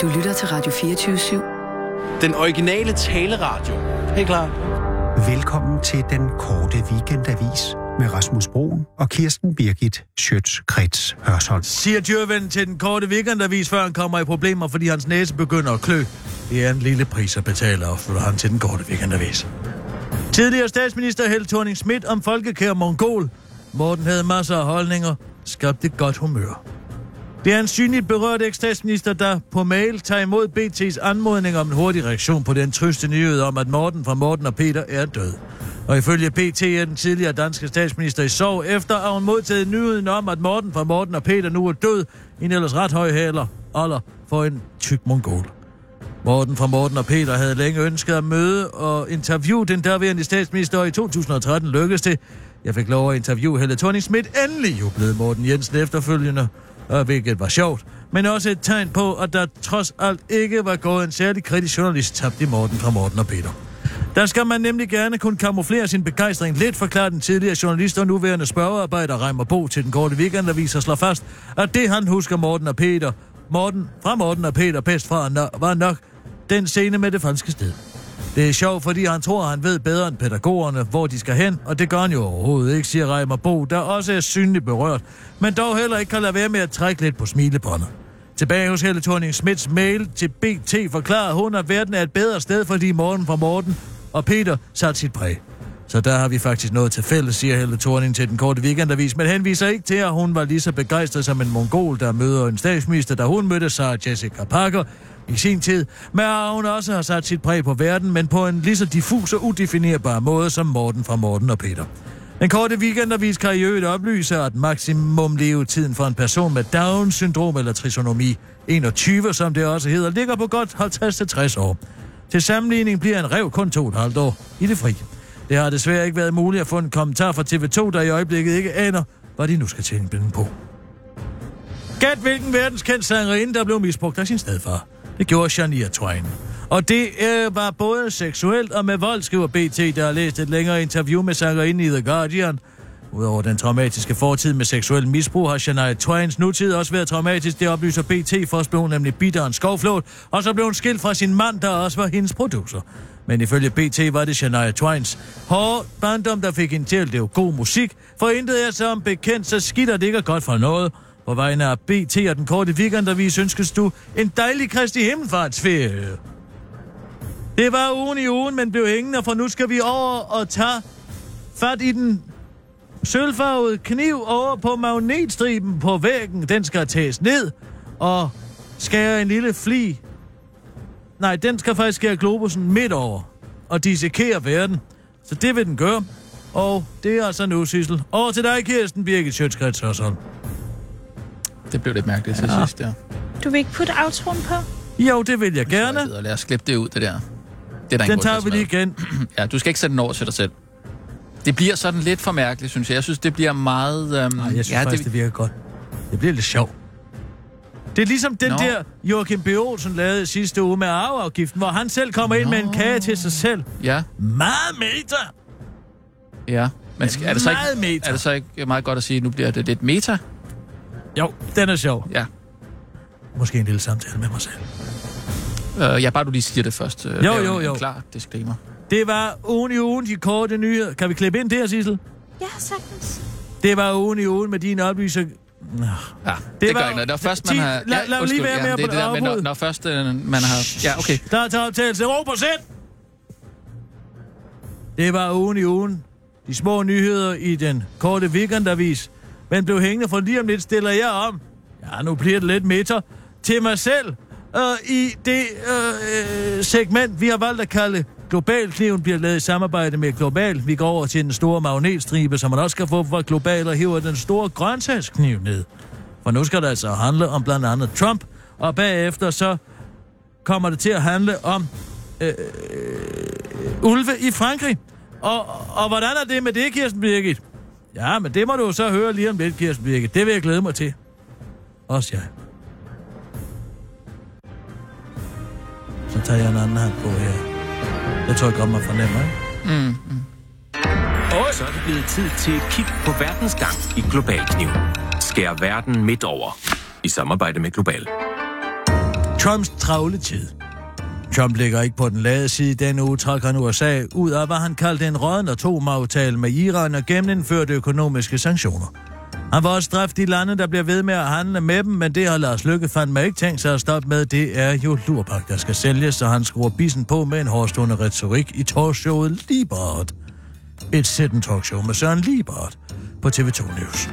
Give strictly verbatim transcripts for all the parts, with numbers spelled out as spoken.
Du lytter til Radio fireogtyve syv. Den originale taleradio. Helt klar. Velkommen til den korte weekendavis med Rasmus Broen og Kirsten Birgit Schøtz-Krets Hørsholm. Siger dyrven til den korte weekendavis, før han kommer i problemer, fordi hans næse begynder at klø. Det er en lille pris at betale, og flytter han til den korte weekendavis. Tidligere statsminister Helle Thorning-Schmidt om folkekær mongol. Morten havde masser af holdninger, skabte godt humør. Det er en synligt berørt eks-statsminister, der på mail tager imod B T's anmodning om en hurtig reaktion på den trøste nyhed om, at Morten fra Morten og Peter er død. Og ifølge B T er den tidligere danske statsminister i sorg, efter at hun modtaget nyheden om, at Morten fra Morten og Peter nu er død, i en ellers ret høj hæler, alder for en tyk mongol. Morten fra Morten og Peter havde længe ønsket at møde og interviewe den derværende statsminister, og i to tusind og tretten lykkedes det. Jeg fik lov at interviewe Helle Thorning-Schmidt. Endelig jublede Morten Jensen efterfølgende, og hvilket var sjovt, men også et tegn på, at der trods alt ikke var gået en særlig kritisk journalist tabt i Morten fra Morten og Peter. Der skal man nemlig gerne kunne kamuflere sin begejstring lidt, forklarer den tidligere journalist og nuværende spørgearbejder Reimer Bo til den korte weekendavis og slår fast, at det han husker Morten og Peter, Morten fra Morten og Peter bedst fra, var nok den scene med det falske sted. Det er sjovt, fordi han tror, at han ved bedre end pædagogerne, hvor de skal hen, og det gør han jo overhovedet ikke, siger Reimer Bo, der også er synligt berørt, men dog heller ikke kan lade være med at trække lidt på smilebåndet. Tilbage hos Helle Thorning-Schmidts mail til B T forklarer hun, at verden er et bedre sted, fordi Morten fra Morten og Peter satte sit præg. Så der har vi faktisk noget til fælles, siger Helle Thorning til den korte weekendavis, men henviser ikke til, at hun var lige så begejstret som en mongol, der møder en statsminister, da hun mødte Sarah Jessica Parker i sin tid, men hun også har sat sit præg på verden, men på en lige så diffus og udefinerbar måde som Morten fra Morten og Peter. Den korte weekendavis kan i øvrigt oplyse, at maksimum levetiden for en person med Down-syndrom eller trisonomi enogtyve, som det også hedder, ligger på godt halvtreds til tres år. Til sammenligning bliver en ræv kun to og et halvt år i det fri. Det har desværre ikke været muligt at få en kommentar fra T V to, der i øjeblikket ikke aner, hvad de nu skal tjene penge på. Gæt hvilken verdenskendt sangerinde, der blev misbrugt af sin stedfar. Det gjorde Shania Twain. Og det øh, var både seksuelt og med vold, skriver B T, der har læst et længere interview med sangerinde i The Guardian. Udover den traumatiske fortid med seksuel misbrug, har Shania Twains nutid også været traumatisk. Det oplyser B T, først blev hun nemlig bidt af en skovflåt, og så blev hun skilt fra sin mand, der også var hendes producer. Men ifølge B T var det Shania Twains hårde barndom, der fik hende til at lave god musik, for intet er som bekendt, så skidt det ikke er godt for noget. På vegne af B T og den korte weekendavis ønskes du en dejlig Kristi himmelfartsferie. Det var ugen i ugen, men blev hængende, for nu skal vi over og tage fat i den sølvfarvede kniv over på magnetstriben på væggen. Den skal tages ned og skære en lille fli. Nej, den skal faktisk skære globusen midt over og dissekere verden. Så det vil den gøre. Og det er altså nu, Sissel. Over til dig, Kirsten Birgit Schøtz-Krets Hørsholm. Det blev lidt mærkeligt til ja. sidst, ja. Du vil ikke putte outroen på? Jo, det vil jeg gerne. Jeg lad os klippe det ud, det der. Det er der den tager vi lige igen. Ja, du skal ikke sætte den over til dig selv. Det bliver sådan lidt for mærkeligt, synes jeg. Jeg synes, det bliver meget... Øhm... Nej, jeg synes ja, faktisk, det... det virker godt. Det bliver lidt sjovt. Det er ligesom den Nå. der Joachim B. Olsen lavede sidste uge med arveafgiften, hvor han selv kommer Nå. ind med en kage til sig selv. Ja. Meget meter! Ja, men er det, så ikke, meter. er det så ikke meget godt at sige, at nu bliver det lidt meta? Jo, den er sjov. Ja. Måske en lille samtale med mig selv. Uh, ja, bare du lige siger det først. Uh, jo, jo, jo. Klar disclaimer. Det var ugen i ugen, de korte nyheder. Kan vi klippe ind der, Sissel? Ja, sagtens. Det var ugen i ugen med dine oplyser. Nå. Ja, det, det var, gør ikke noget. Når først man har... Lad, lad ja, lige være med ja, det, på det, det der, men når, når først uh, man har... Ja, okay. Der tager optagelse. Ro på sæt! Det var ugen i ugen. De små nyheder i den korte weekendavis. Men blev hængende, for lige om lidt stiller jeg om. Ja, nu bliver det lidt meter til mig selv. Uh, I det uh, segment, vi har valgt at kalde Globalkniven, bliver lavet i samarbejde med Global. Vi går over til den store magnetstribe, som man også kan få fra Global, og hiver den store grøntsagskniv ned. For nu skal det altså handle om blandt andet Trump, og bagefter så kommer det til at handle om øh, øh, ulve i Frankrig. Og, og hvordan er det med det, Kirsten Birgit? Ja, men det må du så høre lige om lidt, Kirsten Birgit. Det vil jeg glæde mig til. Også jeg. Så tager jeg en anden hand på her. Jeg tror, jeg godt mig fornemmer, ikke? Mm, mm. Og så er det blevet tid til et kig på verdensgang i Globalkniven. Skær verden midt over i samarbejde med Global. Trumps travle tid. Trump ligger ikke på den lade side. Denne uge trak han U S A ud af, hvad han kaldte en rådden atomaftale med Iran og gennemførte økonomiske sanktioner. Han var også dræft i landet, der bliver ved med at handle med dem, men det har Lars Løkke fandme ikke tænkt sig at stoppe med. Det er jo lurpak, der skal sælges, så han skruer bissen på med en hårdstående retorik i talkshowet Liebert. Et sætten talkshow med Søren Liebert på T V to News.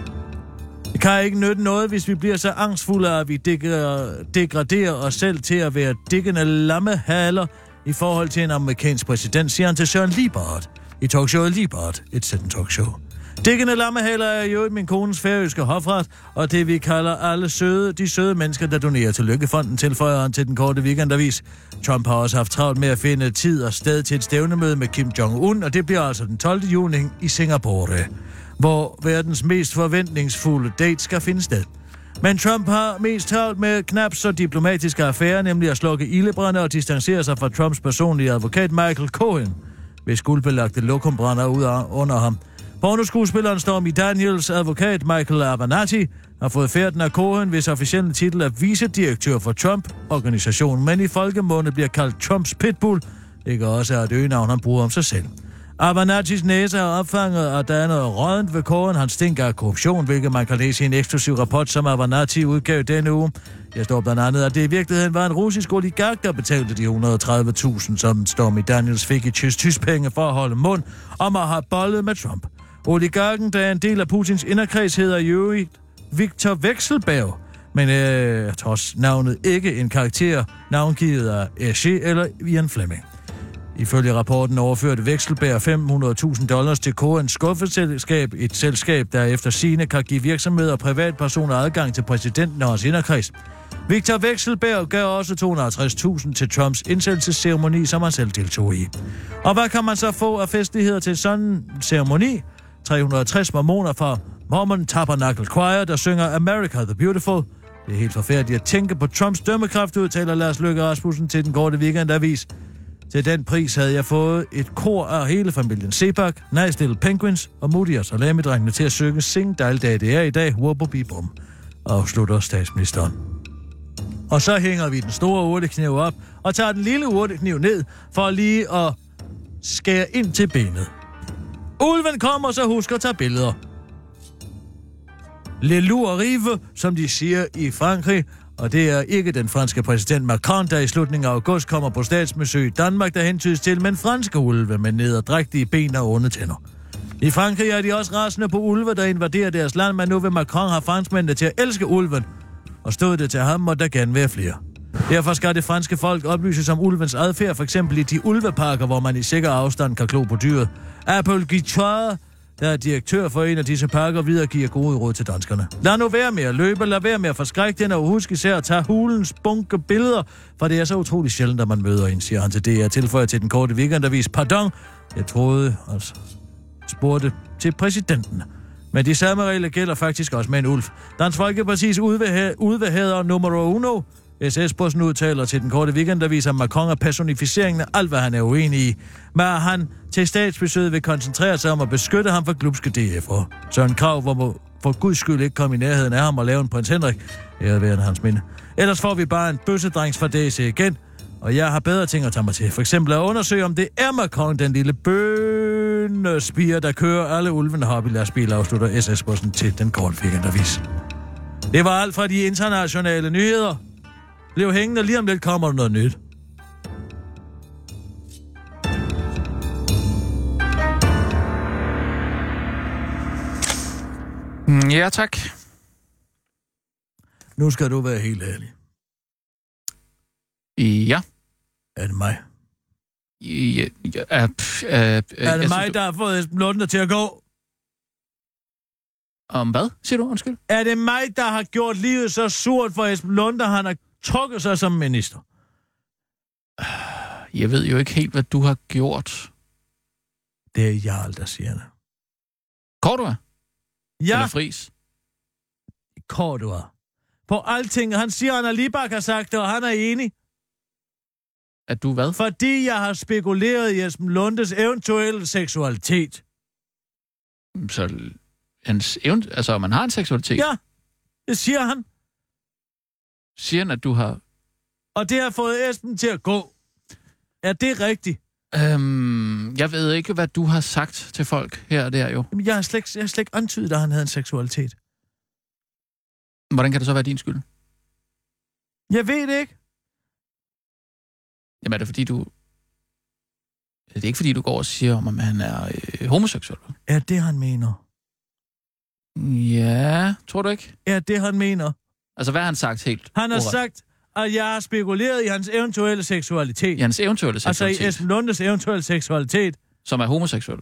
Det kan ikke nytte noget, hvis vi bliver så angstfulde, at vi degraderer os selv til at være dikkende lammehaler i forhold til en amerikansk præsident, siger han til Søren Liebert i talkshowet Liebert, et sætten talkshow. Dikkende lammehaler er jo min kones færøske hofret, og det vi kalder alle søde, de søde mennesker, der donerer til Lykkefonden, tilføjer han til den korte weekendavis. Trump har også haft travlt med at finde tid og sted til et stævnemøde med Kim Jong-un, og det bliver altså den tolvte juni i Singapore, hvor verdens mest forventningsfulde date skal finde sted. Men Trump har mest travlt med knap så diplomatiske affærer, nemlig at slukke ildebrænde og distancere sig fra Trumps personlige advokat Michael Cohen, hvis guldbelagte lokum brænder ud under ham. Pornoskuespilleren Stormy Daniels advokat Michael Avenatti har fået færden af Cohen, hvis officielle titel er vicedirektør for Trump-organisationen, men i folkemunde bliver kaldt Trumps pitbull, hvilket også er et øgenavn, han bruger om sig selv. Avenattis næse har opfanget, at der er noget rådent ved Cohen. Han stinker af korruption, hvilket man kan læse i en eksklusiv rapport, som Avenatti udgav denne uge. Der står blandt andet, at det i virkeligheden var en russisk oligark, der betalte de et hundrede og tredive tusind, som Stormy Daniels fik i tysk-tysk-penge for at holde mund om at have bollet med Trump. Oligarken, der er en del af Putins inderkreds, hedder jo Viktor Vekselberg, men øh, trods navnet ikke en karakter navngivet af Hergé eller Ian Fleming. Ifølge rapporten overførte Vekselberg fem hundrede tusind dollars til Cohens skuffeselskab, et selskab, der efter sigende kan give virksomheder og privatpersoner adgang til præsidenten og hans inderkreds. Viktor Vekselberg gav også to hundrede og halvtreds tusind til Trumps indsættelsesceremoni, som han selv deltog i. Og hvad kan man så få af festligheder til sådan en ceremoni? tre hundrede og tres mormoner fra Mormon Tabernacle Choir, der synger America the Beautiful. Det er helt forfærdeligt at tænke på Trumps dømmekraft, udtaler Lars Løkke Rasmussen til den korte weekendavis. Til den pris havde jeg fået et kor af hele familien Sebak, Nice Little Penguins og Moody og Salami-drengene til at synge Sing Dejldag det er i dag, Wubba-bibum, afslutter statsministeren. Og så hænger vi den store urtekniv op og tager den lille urtekniv ned for lige at skære ind til benet. Ulven kommer, så husk at tage billeder. Le loup arrive, som de siger i Frankrig, og det er ikke den franske præsident Macron, der i slutningen af august kommer på statsbesøg i Danmark, der hentydes til, men franske ulve med nederdrægtige ben og onde tænder. I Frankrig er de også rasende på ulve, der invaderer deres land, men nu vil Macron have franskmændene til at elske ulven, og stod det til ham, og der gerne være flere. Derfor skal det franske folk oplyses om ulvens adfærd, for eksempel i de ulveparker, hvor man i sikker afstand kan klo på dyret. Apple Guichard, der er direktør for en af disse parker, videregiver gode råd til danskerne. Lad nu være med at løbe, lad være med at forskrække den, og husk især at tage hulens bunke billeder, for det er så utroligt sjældent, at man møder en, siger han til det. Jeg tilføjer til den korte weekendavis. Pardon, jeg troede, altså spurgte til præsidenten. Men de samme regler gælder faktisk også med en ulv. Dansk Folkepartis udvæheder nummer uno, S S-bussen udtaler til den korte weekendavis, at Macron er personificeringen af alt, hvad han er uenig i. Men han til statsbesøget vil koncentrere sig om at beskytte ham for glupske D F'er. Søren Krag, hvor for guds skyld ikke kom i nærheden af ham og lave en prins Henrik, æret værende hans minde. Ellers får vi bare en bøssedrengs fordæse igen, og jeg har bedre ting at tage mig til. For eksempel at undersøge, om det er Macron, den lille bønespire, der kører alle ulvene op i lastbiler, afslutter S S-bussen til den korte weekendavis. Det var alt fra de internationale nyheder. Bliv hængende, lige om lidt kommer der noget nyt. Ja, tak. Nu skal du være helt ærlig. Ja. Er det mig? Ja, ja, pff, øh, er det mig, synes, der har fået Esben Lunde til at gå? Om hvad, siger du? Undskyld. Er det mig, der har gjort livet så surt for Esben Lunde, han har trukket sig som minister? Jeg ved jo ikke helt, hvad du har gjort. Det er Jarl, der siger det. Cordua? Ja. Eller Friis? Cordua. På alting. Han siger, han lige bare har sagt det, og han er enig. At du hvad? Fordi jeg har spekuleret i Esben Lundes eventuelle seksualitet. Så hans event... Altså, man har en seksualitet? Ja, det siger han. Siger han, at du har Og det har fået Esben til at gå. Er det rigtigt? Øhm, jeg ved ikke, hvad du har sagt til folk her og der, jo. Jamen, jeg har slet, ikke- jeg har slet ikke antydet, at han havde en seksualitet. Hvordan kan det så være din skyld? Jeg ved det ikke. Jamen, er det fordi, du... Det er ikke fordi, du går og siger om, at han er øh, homoseksuel? Er det, han mener? Ja, tror du ikke? Er det, han mener? Altså, hvad har han sagt helt? Han har ordret? sagt, at jeg har spekuleret i hans eventuelle seksualitet. I hans eventuelle seksualitet, Altså i Esben Lundes eventuelle seksualitet. som er homoseksuel.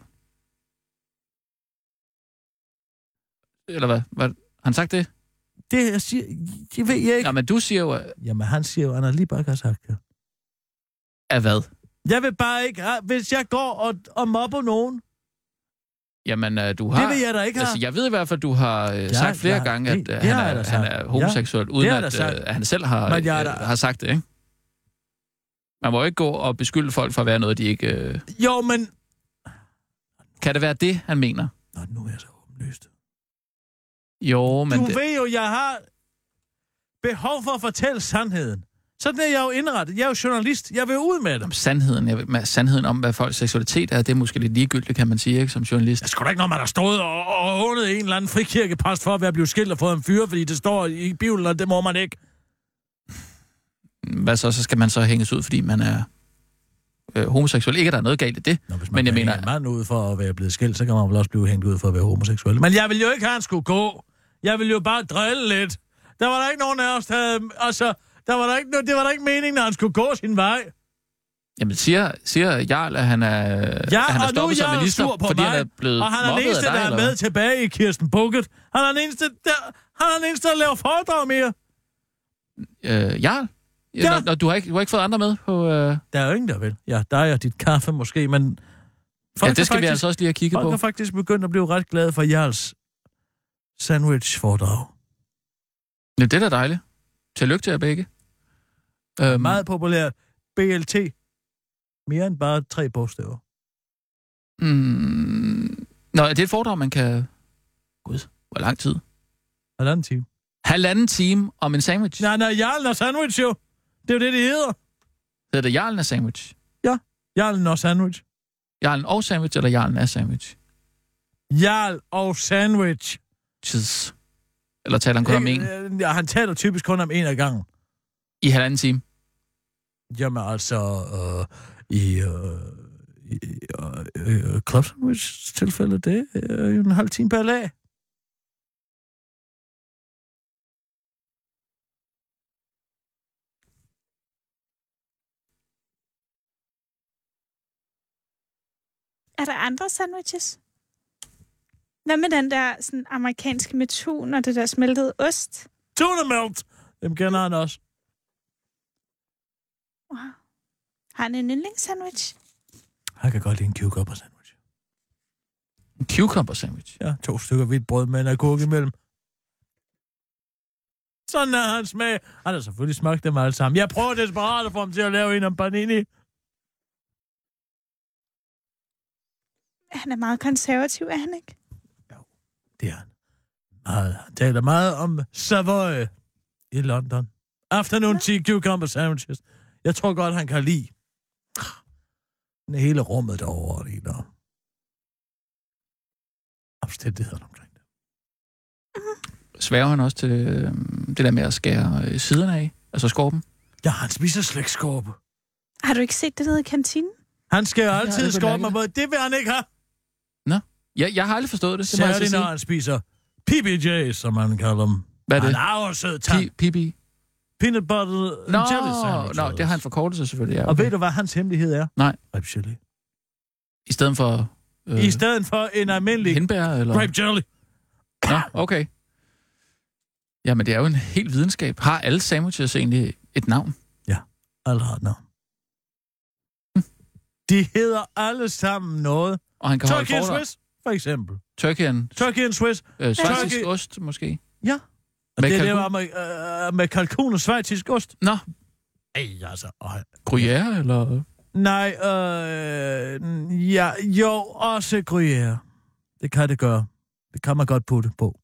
Eller hvad? hvad? Har han sagt det? Det, jeg siger, det ved jeg ikke. Ja, men du siger jo, at Jamen, han siger jo, at han lige bare har sagt det. af hvad? Jeg vil bare ikke have, hvis jeg går og, og mobber nogen. Jamen, øh, du har... Det vil jeg da ikke have. Altså, jeg ved i hvert fald, at du har øh, sagt flere ja, gange, det- at øh, det han, har jeg er, da han sagt. er homoseksuel, Ja, uden det har jeg at, da sagt. øh, at han selv har, Men jeg er øh, da- har sagt det, ikke? Man må jo ikke gå og beskylde folk for at være noget, de ikke... Øh... Jo, men... Kan det være det, han mener? Nå, nu er jeg så åbenlyst. Jo, men... Du det... ved jo, jeg har behov for at fortælle sandheden. Sådan er jeg jo indrettet. Jeg er jo journalist. Jeg vil ud med dem. Sandheden, jeg, ved- sandheden om, hvad folks seksualitet er, det er måske lidt ligegyldigt, kan man sige, ikke, som journalist. Jeg skulle da ikke, når man har stået og, og hånet en eller anden frikirkepræst for at være blevet skilt og fået en fyre, fordi det står i Bibelen, og det må man ikke. Hvad så? Så skal man så hænges ud, fordi man er øh, homoseksuel. Ikke, at der er noget galt i det. Nå, hvis man Men jeg kan mener- hænge en mand ud for at være blevet skilt, så kan man vel også blive hængt ud for at være homoseksuel. Men jeg vil jo ikke have, at han skulle gå. Jeg vil jo bare drille lidt. Der var der ikke nogen af os, der havde... Altså, der var der ikke, det var der ikke meningen, at han skulle gå sin vej. Jamen, siger, siger Jarl, at han er, Ja, at han er og nu er stoppet som jeg minister, sur på fordi mig, han er blevet og han er den mobbet eneste, af dig, der er eller med hvad? tilbage i Kirsten Bucket. Han er den eneste, der, han er den eneste, der laver foredrag mere. Øh, Jarl? Ja. Ja. Når, når, du, har ikke, du har ikke fået andre med på... Øh... Der er jo ingen, der vil. Ja, der er dit kaffe måske, men... Ja, det skal faktisk, vi altså også lige have kigget folk på. er faktisk begyndt at blive ret glade for Jarls sandwich-foredrag. Ja, det er da dejligt. Tillykke til jer begge. Øhm, Meget populær. B L T. Mere end bare tre bogstaver. Mm, nå, er det et foredrag, man kan... Gud, hvor lang tid? Halvanden time. Halvanden time om en sandwich. Nej, nej, Jarlen og sandwich jo. Det er jo det, det hedder. Hedder det Jarlen af sandwich? Jarlen og sandwich. Jarlen og sandwich, eller Jarlen af sandwich? Jarl og sandwich. Cheese. Eller taler han kun om en Øh, Ja, han taler typisk kun om en af gangen. i halvanden time? Jamen altså, øh, i, øh, i øh, øh, club sandwich tilfælde, det er jo en halv time per lag. Er der andre sandwiches? Hvad med den der sådan, amerikanske med tun og det der smeltede ost? Tuna melt. Dem kender han også. Wow. Har han en yndlingssandwich? Han kan godt lide en cucumber sandwich. En cucumber sandwich? Ja, to stykker hvidt brød med en agurk imellem. Sådan er hans smag. Han har selvfølgelig smagt dem alle sammen. Jeg prøver desperat at få ham til at lave en om panini. Han er meget konservativ, er han ikke? Det er han. Meget. Han taler meget om Savoy i London. Afternoon tea cucumber sandwiches. Jeg tror godt, han kan lide hele rummet derovre. Det der omstændigheder omkring det. Sværger han også til øh, det der med at skære øh, siderne af? Altså skorpen? Ja, han spiser slægtskorpe. Har du ikke set det nede i kantinen? Han skal jo har altid aldrig skorpe bemærket mig på. Det vil han ikke have. Nå, jeg, jeg har aldrig forstået det. Det må jeg så Særligt, når sige. han spiser P B J's, som man kalder dem. Hvad er det? Han har jo sød tand. P B? Peanut butter and Nå, jelly sandwiches. nå, det har en forkortelse selvfølgelig, ja. Og Okay. ved du, hvad hans hemmelighed er? Nej. Grape jelly. I stedet for... Øh, I stedet for en almindelig hindbær, eller? grape jelly. Nå, okay. Jamen, det er jo en helt videnskab. Har alle sandwiches egentlig et navn? Alle har et navn. De hedder alle sammen noget. Og han kan holde Turkey and foredrag. Swiss, for eksempel. Turkey and... Turkey and Swiss. Øh, schweizisk Turkey- ost, måske? Ja. Og Med det er kalkun? det med, øh, med kalkun og schweizisk ost. Nå, Ej, altså. Øj. gruyère, eller... Nej, øh, ja, jo, også gruyère. Det kan det gøre. Det kan man godt putte på.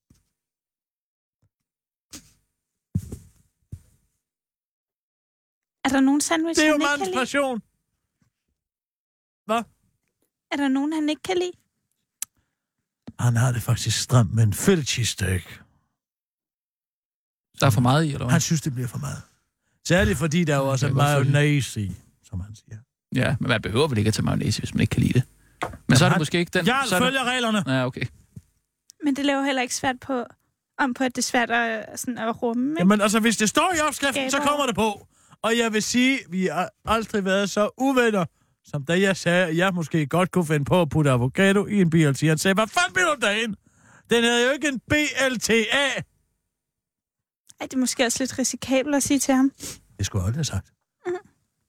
Er der nogen sandwich, Det er jo han ikke kan mandens lide? passion. Hvad? Er der nogen, han ikke kan lide? Han har det faktisk stramt med en Philly cheesesteak. Der er for meget i, eller hvad? Han synes, det bliver for meget. Særligt fordi der jo også er Jeg kan godt følge. mayonnaise i, som han siger. Ja, men man behøver vel ikke at tage mayonnaise, hvis man ikke kan lide det. Men så er det han- måske ikke den... Jeg så er følger det... reglerne. Ja, okay. Men det laver heller ikke svært på, om på, at det er svært at, sådan, at rumme, ikke? Jamen altså, hvis det står i opskriften, så Gaber. kommer det på. Og jeg vil sige, vi har aldrig været så uvenner, som da jeg sagde, at jeg måske godt kunne finde på at putte avocado i en B L T. Han sagde, hvad fanden bliver du derinde? Den hedder jo ikke en B L T A. Ej, det er måske også lidt risikabelt at sige til ham. Det skulle jeg aldrig have sagt. Mm.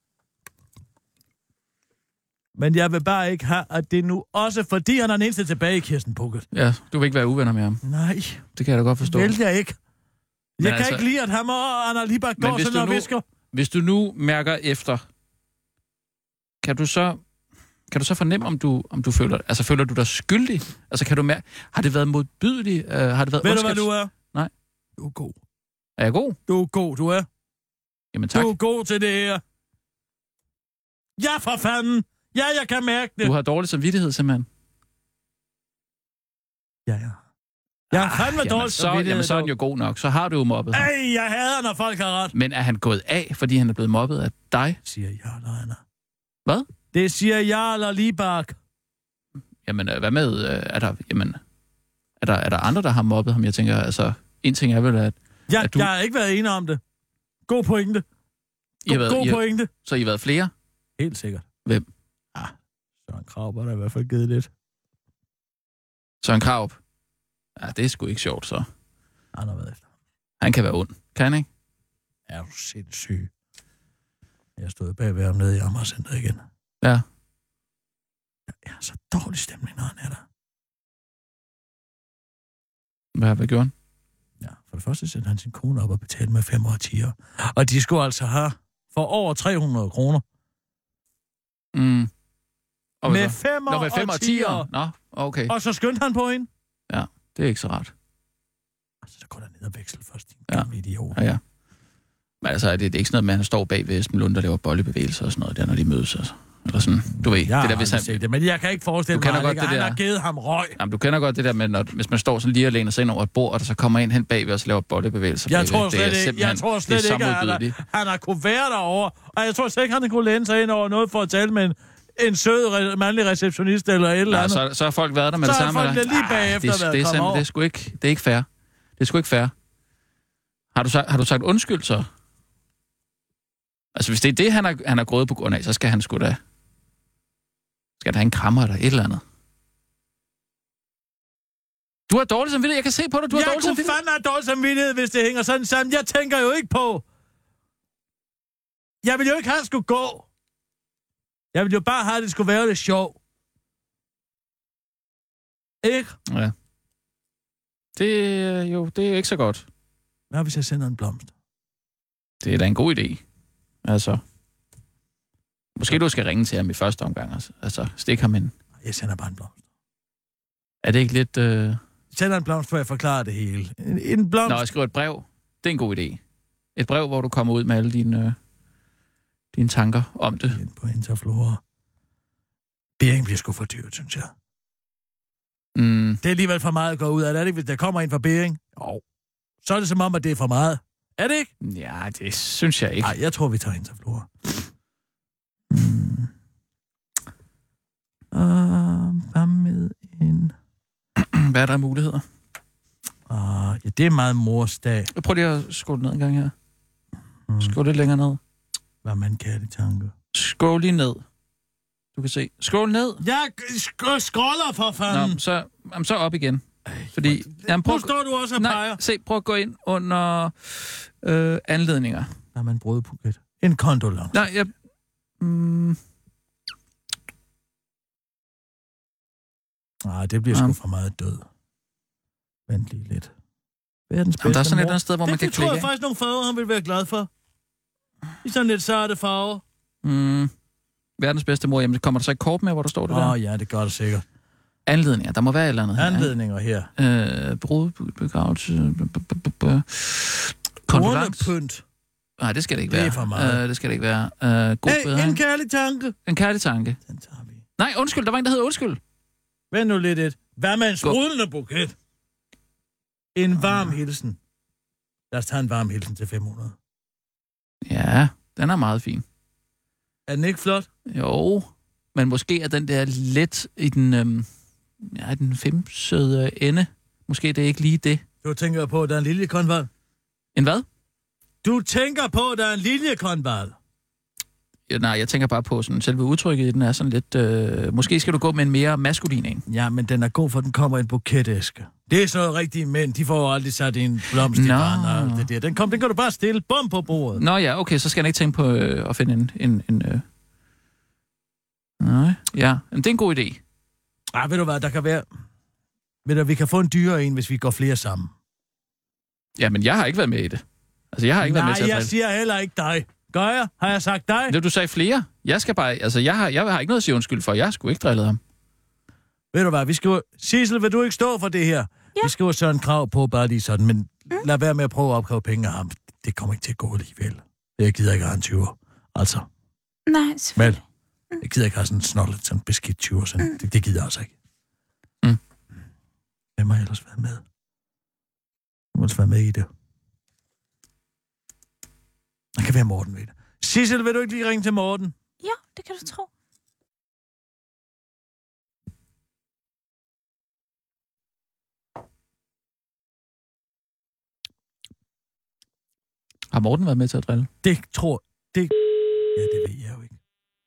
Men jeg vil bare ikke have, at det nu også, fordi han er den eneste tilbage i Kirsten Pukket. Ja, du vil ikke være uvenner med ham. Nej, Det kan jeg da godt forstå. det vil jeg ikke. Jeg Men kan altså- ikke lide, at ham og Anna Libak Men går hvis sådan du og nu- visker. Hvis du nu mærker efter, kan du så... Kan du så fornemme, om du, om du føler... Altså, føler du dig skyldig? Altså, kan du mærke... Har det været modbydeligt? Uh, har det været Ved du, hvad ondskabs- du er? Nej. Du er god. Er jeg god? Du er god, du er. Jamen tak. Du er god til det her. Ja, for fanden. Ja, jeg kan mærke det. Du har dårlig samvittighed, simpelthen. Ja, ja. Jeg har fandme Jamen, dårligt så, jamen, så er den jo god nok. Så har du jo mobbet ham. Ej, jeg hader, når folk har ret. Men er han gået af, fordi han er blevet mobbet af dig? Siger jeg eller Anna. Hvad? Det siger jeg eller Libak. Jamen, øh, hvad med... øh, Er der, jamen, er der, er der andre, der har mobbet ham? Jeg tænker, altså... En ting er vel, at... Jeg, at du, jeg har ikke været enig om det. God pointe. I har God, været- god I har- pointe. Så I har været flere? Helt sikkert. Hvem? Ah, Søren Krav var der i hvert fald givet lidt. Søren Krarup? Ja, det er sgu ikke sjovt, så. Han har været efter. Han kan være ond. Kan han ikke? Er du sindssyg? Jeg stod bagved ham nede i Amagercenteret igen. Ja. Jeg er så dårlig stemning, når han er der. Hvad, hvad gjorde han? Ja, for det første sendte han sin kone op og betalte med fem og tier. Og de skulle altså have for over tre hundrede kroner. Mm. Og hvad Med så? femmer Nå, med fem og og tier. tier. Nå, okay. Og så skyndte han på hende. Ja, det er ikke så rart. Altså, så går der ned og veksel først, din Ja. gamle idiot. Ja, ja. Men altså, det, det er ikke sådan noget med, at han står bag ved Esben Lund, der laver bollebevægelser og sådan noget, der når de mødes. Altså. Eller sådan, du ved. Jeg det der, har hvis aldrig han, set det, men jeg kan ikke forestille Du kender mig, godt at det han der- har givet ham røg. Jamen, du kender godt det der med, når, hvis man står sådan lige og læner sig ind over et bord, og der så kommer en hen bagved og så laver bollebevægelser. Jeg bagved. tror Det slet er ikke, simpelthen- jeg tror det slet er så ikke, at han, modbydeligt. har, han har kunne være derovre. Og jeg tror slet ikke, han kunne læne sig ind over noget for at tale med en, en sød re- mandlig receptionist eller et eller Nej, andet. så, så har folk været der med Så det har samme. folk eller? da lige bagefter det, været det, er kommet simpelthen- over. det er sgu ikke, det er ikke fair. Det er sgu ikke fair. Har du, sagt, har du sagt undskyld så? Altså, hvis det er det, han har, han har gået på grund af, så skal han sgu da... Skal der have en krammer eller et eller andet? Du har dårlig samvittighed. Jeg kan se på dig, du har Jeg dårlig kunne samvittighed. fandme have dårlig samvittighed, hvis det hænger sådan sammen. Jeg tænker jo ikke på... Jeg vil jo ikke have, at det skulle gå. Jeg vil jo bare have, at det skulle være lidt sjov. Ikke? Ja. Det er jo det er ikke så godt. Hvad hvis jeg sender en blomst? Det er da en god idé. Altså... Måske du skal ringe til ham i første omgang. Altså, altså stik ham ind. Jeg sender bare en blomst. Er det ikke lidt... Øh... Jeg sender en blomst, for jeg forklarer det hele. En, en blomst. Nå, jeg skriver et brev. Det er en god idé. Et brev, hvor du kommer ud med alle dine, øh, dine tanker om det. Ind på Interflora. Bering bliver sgu for dyrt, synes jeg. Mm, Det er alligevel for meget at gå ud af. Er det ikke, hvis der kommer en fra Bering? Jo. Så er det som om, at det er for meget. Er det ikke? ja, det synes jeg ikke. Nej, jeg tror, vi tager Interflora. Hmm. Uh, hvad med en... Hvad er der af muligheder? Uh, ja, det er meget morsdag. Prøv lige at skåle ned en gang her. Hmm. Skål lidt længere ned. Hvad man kan i tanke. Skål lige ned. Du kan se. Skål ned. Jeg sk- scroller for fanden. Nå, så, jamen, så op igen. Fordi... Jamen, prøv, Nu står du også og peger. nej, se, prøv at gå ind under øh, anledninger. Der er man brødbuket. En kondolence. Nej, jeg... Mm, Nej, det bliver sgu Jamen. for meget død. Vent lige lidt. Verdens bedste jamen, der er sådan et mor. eller andet sted, hvor det, man kan det tror klikke jeg af. faktisk nogle farver, han vil være glad for. I sådan lidt sarte farver. Mm, verdens bedste mor. Jamen, det kommer der så ikke kort med, hvor der står det Åh der? oh, ja, det gør det sikkert. Anledninger. Der må være et eller andet her, ikke? Anledninger her. Øh, brud, begravelse, b- b- b- b- kondolens. Urnepynt. Nej, det skal det ikke være. Det er for meget. Uh, det skal det ikke være. Uh, god Hey, bedring. en kærlig tanke. En kærlig tanke. Den tager vi. Nej, undskyld, der var en, der hed undskyld. Vent nu lidt et. Hvad med en sprudlende buket? En varm hilsen. Lad os tage en varm hilsen til fem hundrede. Ja, den er meget fin. Er den ikke flot? Jo, men måske er den der lidt i den, øhm, ja, den femsøde ende. Måske det er ikke lige det. Du tænker på, at der er en liljekonval? En hvad? Du tænker på, at der er en liljekonval? Ja, nej, jeg tænker bare på sådan, selve udtrykket, den er sådan lidt... Øh, måske skal du gå med en mere maskulin en. Ja, men den er god, for den kommer i en buketæske. Det er sådan noget rigtige mænd. De får jo aldrig sat en blomst i barn og alt det der. Den, kom, den kan du bare stille. Bum på bordet. Nå ja, okay, så skal jeg ikke tænke på øh, at finde en... en, en øh... Nej, ja. Men det er en god idé. Ah, ved du hvad, der kan være... Ved du, vi kan få en dyre en, hvis vi går flere sammen. Ja, men jeg har ikke været med i det. Altså, jeg har ikke Nej, været med til at jeg drille. siger heller ikke dig. Gør jeg? Har jeg sagt dig? Det, du sagde flere. Jeg skal bare... Altså, jeg har, jeg har ikke noget at sige undskyld for. Jeg skulle ikke drille ham. Ved du hvad, vi skriver... Sissel, vil du ikke stå for det her? Ja. Vi skriver så en krav på, bare lige sådan, men mm. lad være med at prøve at opkræve penge af ham. Det kommer ikke til at gå alligevel. Jeg gider ikke have en tyver. Altså, Nej, selvfølgelig. vel? Jeg gider ikke have sådan en snollet, sådan beskidt tyver. Sådan. Mm. Det, det gider jeg altså ikke. Mm. Hvem har ellers været med? Hvem har ellers været med i det? Det kan være Morten ved det. Sissel, vil du ikke lige ringe til Morten? Ja, det kan du tro. Har Morten været med til at drille? Det tror... Det... Ja, det ved jeg jo ikke.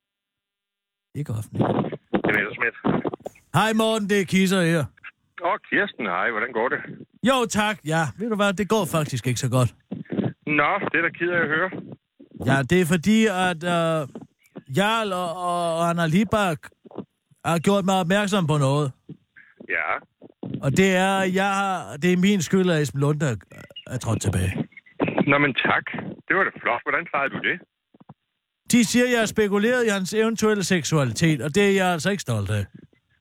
Ikke offentligt. Det er Schmidt. Hej Morten, det er Kisser her. Åh, Kirsten, hej. Hvordan går det? Jo, tak. Ja, ved du hvad, det går faktisk ikke så godt. Nå, det er da ked af at høre. Ja, det er fordi, at uh, Jarl og, og Anna Libak har gjort mig opmærksom på noget. Ja. Og det er, jeg har, det er min skyld, at Esben Lunde er trådt tilbage. Nå, men tak. Det var da flot. Hvordan klarede du det? De siger, at jeg har spekuleret i hans eventuelle seksualitet, og det er jeg altså ikke stolt af.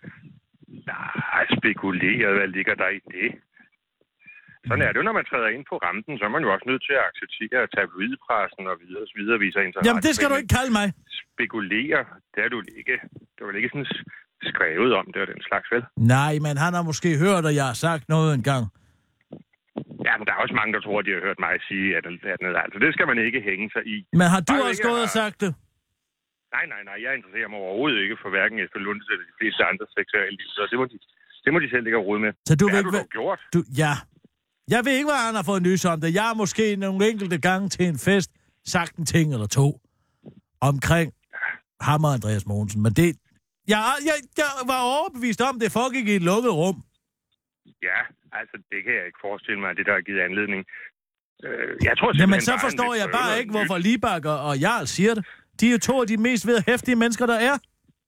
Nej, spekuleret. Hvad ligger der i det? Sådan er det jo, når man træder ind på rampen, så er man jo også nødt til at acceptere tabloidpressen og videre, og videre viser interesse. Jamen, det skal du ikke kalde mig. Spekulere, det er du ikke. Det var ikke sådan skrevet om det og den slags, vel? Nej, men han har måske hørt, at jeg har sagt noget engang. Ja, men der er også mange, der tror, at de har hørt mig sige, at altså, det skal man ikke hænge sig i. Men har du Bare også ikke gået har... og sagt det? Nej, nej, nej. Jeg interesserer mig overhovedet ikke for hverken Esben Lunde eller de fleste andre seksuelle liv, så det må de, det må de selv ikke have råd med. Så du Hvad vil har ikke... du dog gjort? Du... Ja. Jeg ved ikke, hvad han har fået nys om det. Jeg har måske nogle enkelte gange til en fest sagt en ting eller to omkring ham og Andreas Mogensen. Men det... Jeg, jeg, jeg var overbevist om, det foregik i et lukket rum. Ja, altså det kan jeg ikke forestille mig, det der har givet anledning. Øh, jeg tror Jamen så bare, forstår han jeg vil prøve bare noget ikke, hvorfor nyt. Libak og, og Jarl siger det. De er jo to af de mest vedhæftige mennesker, der er.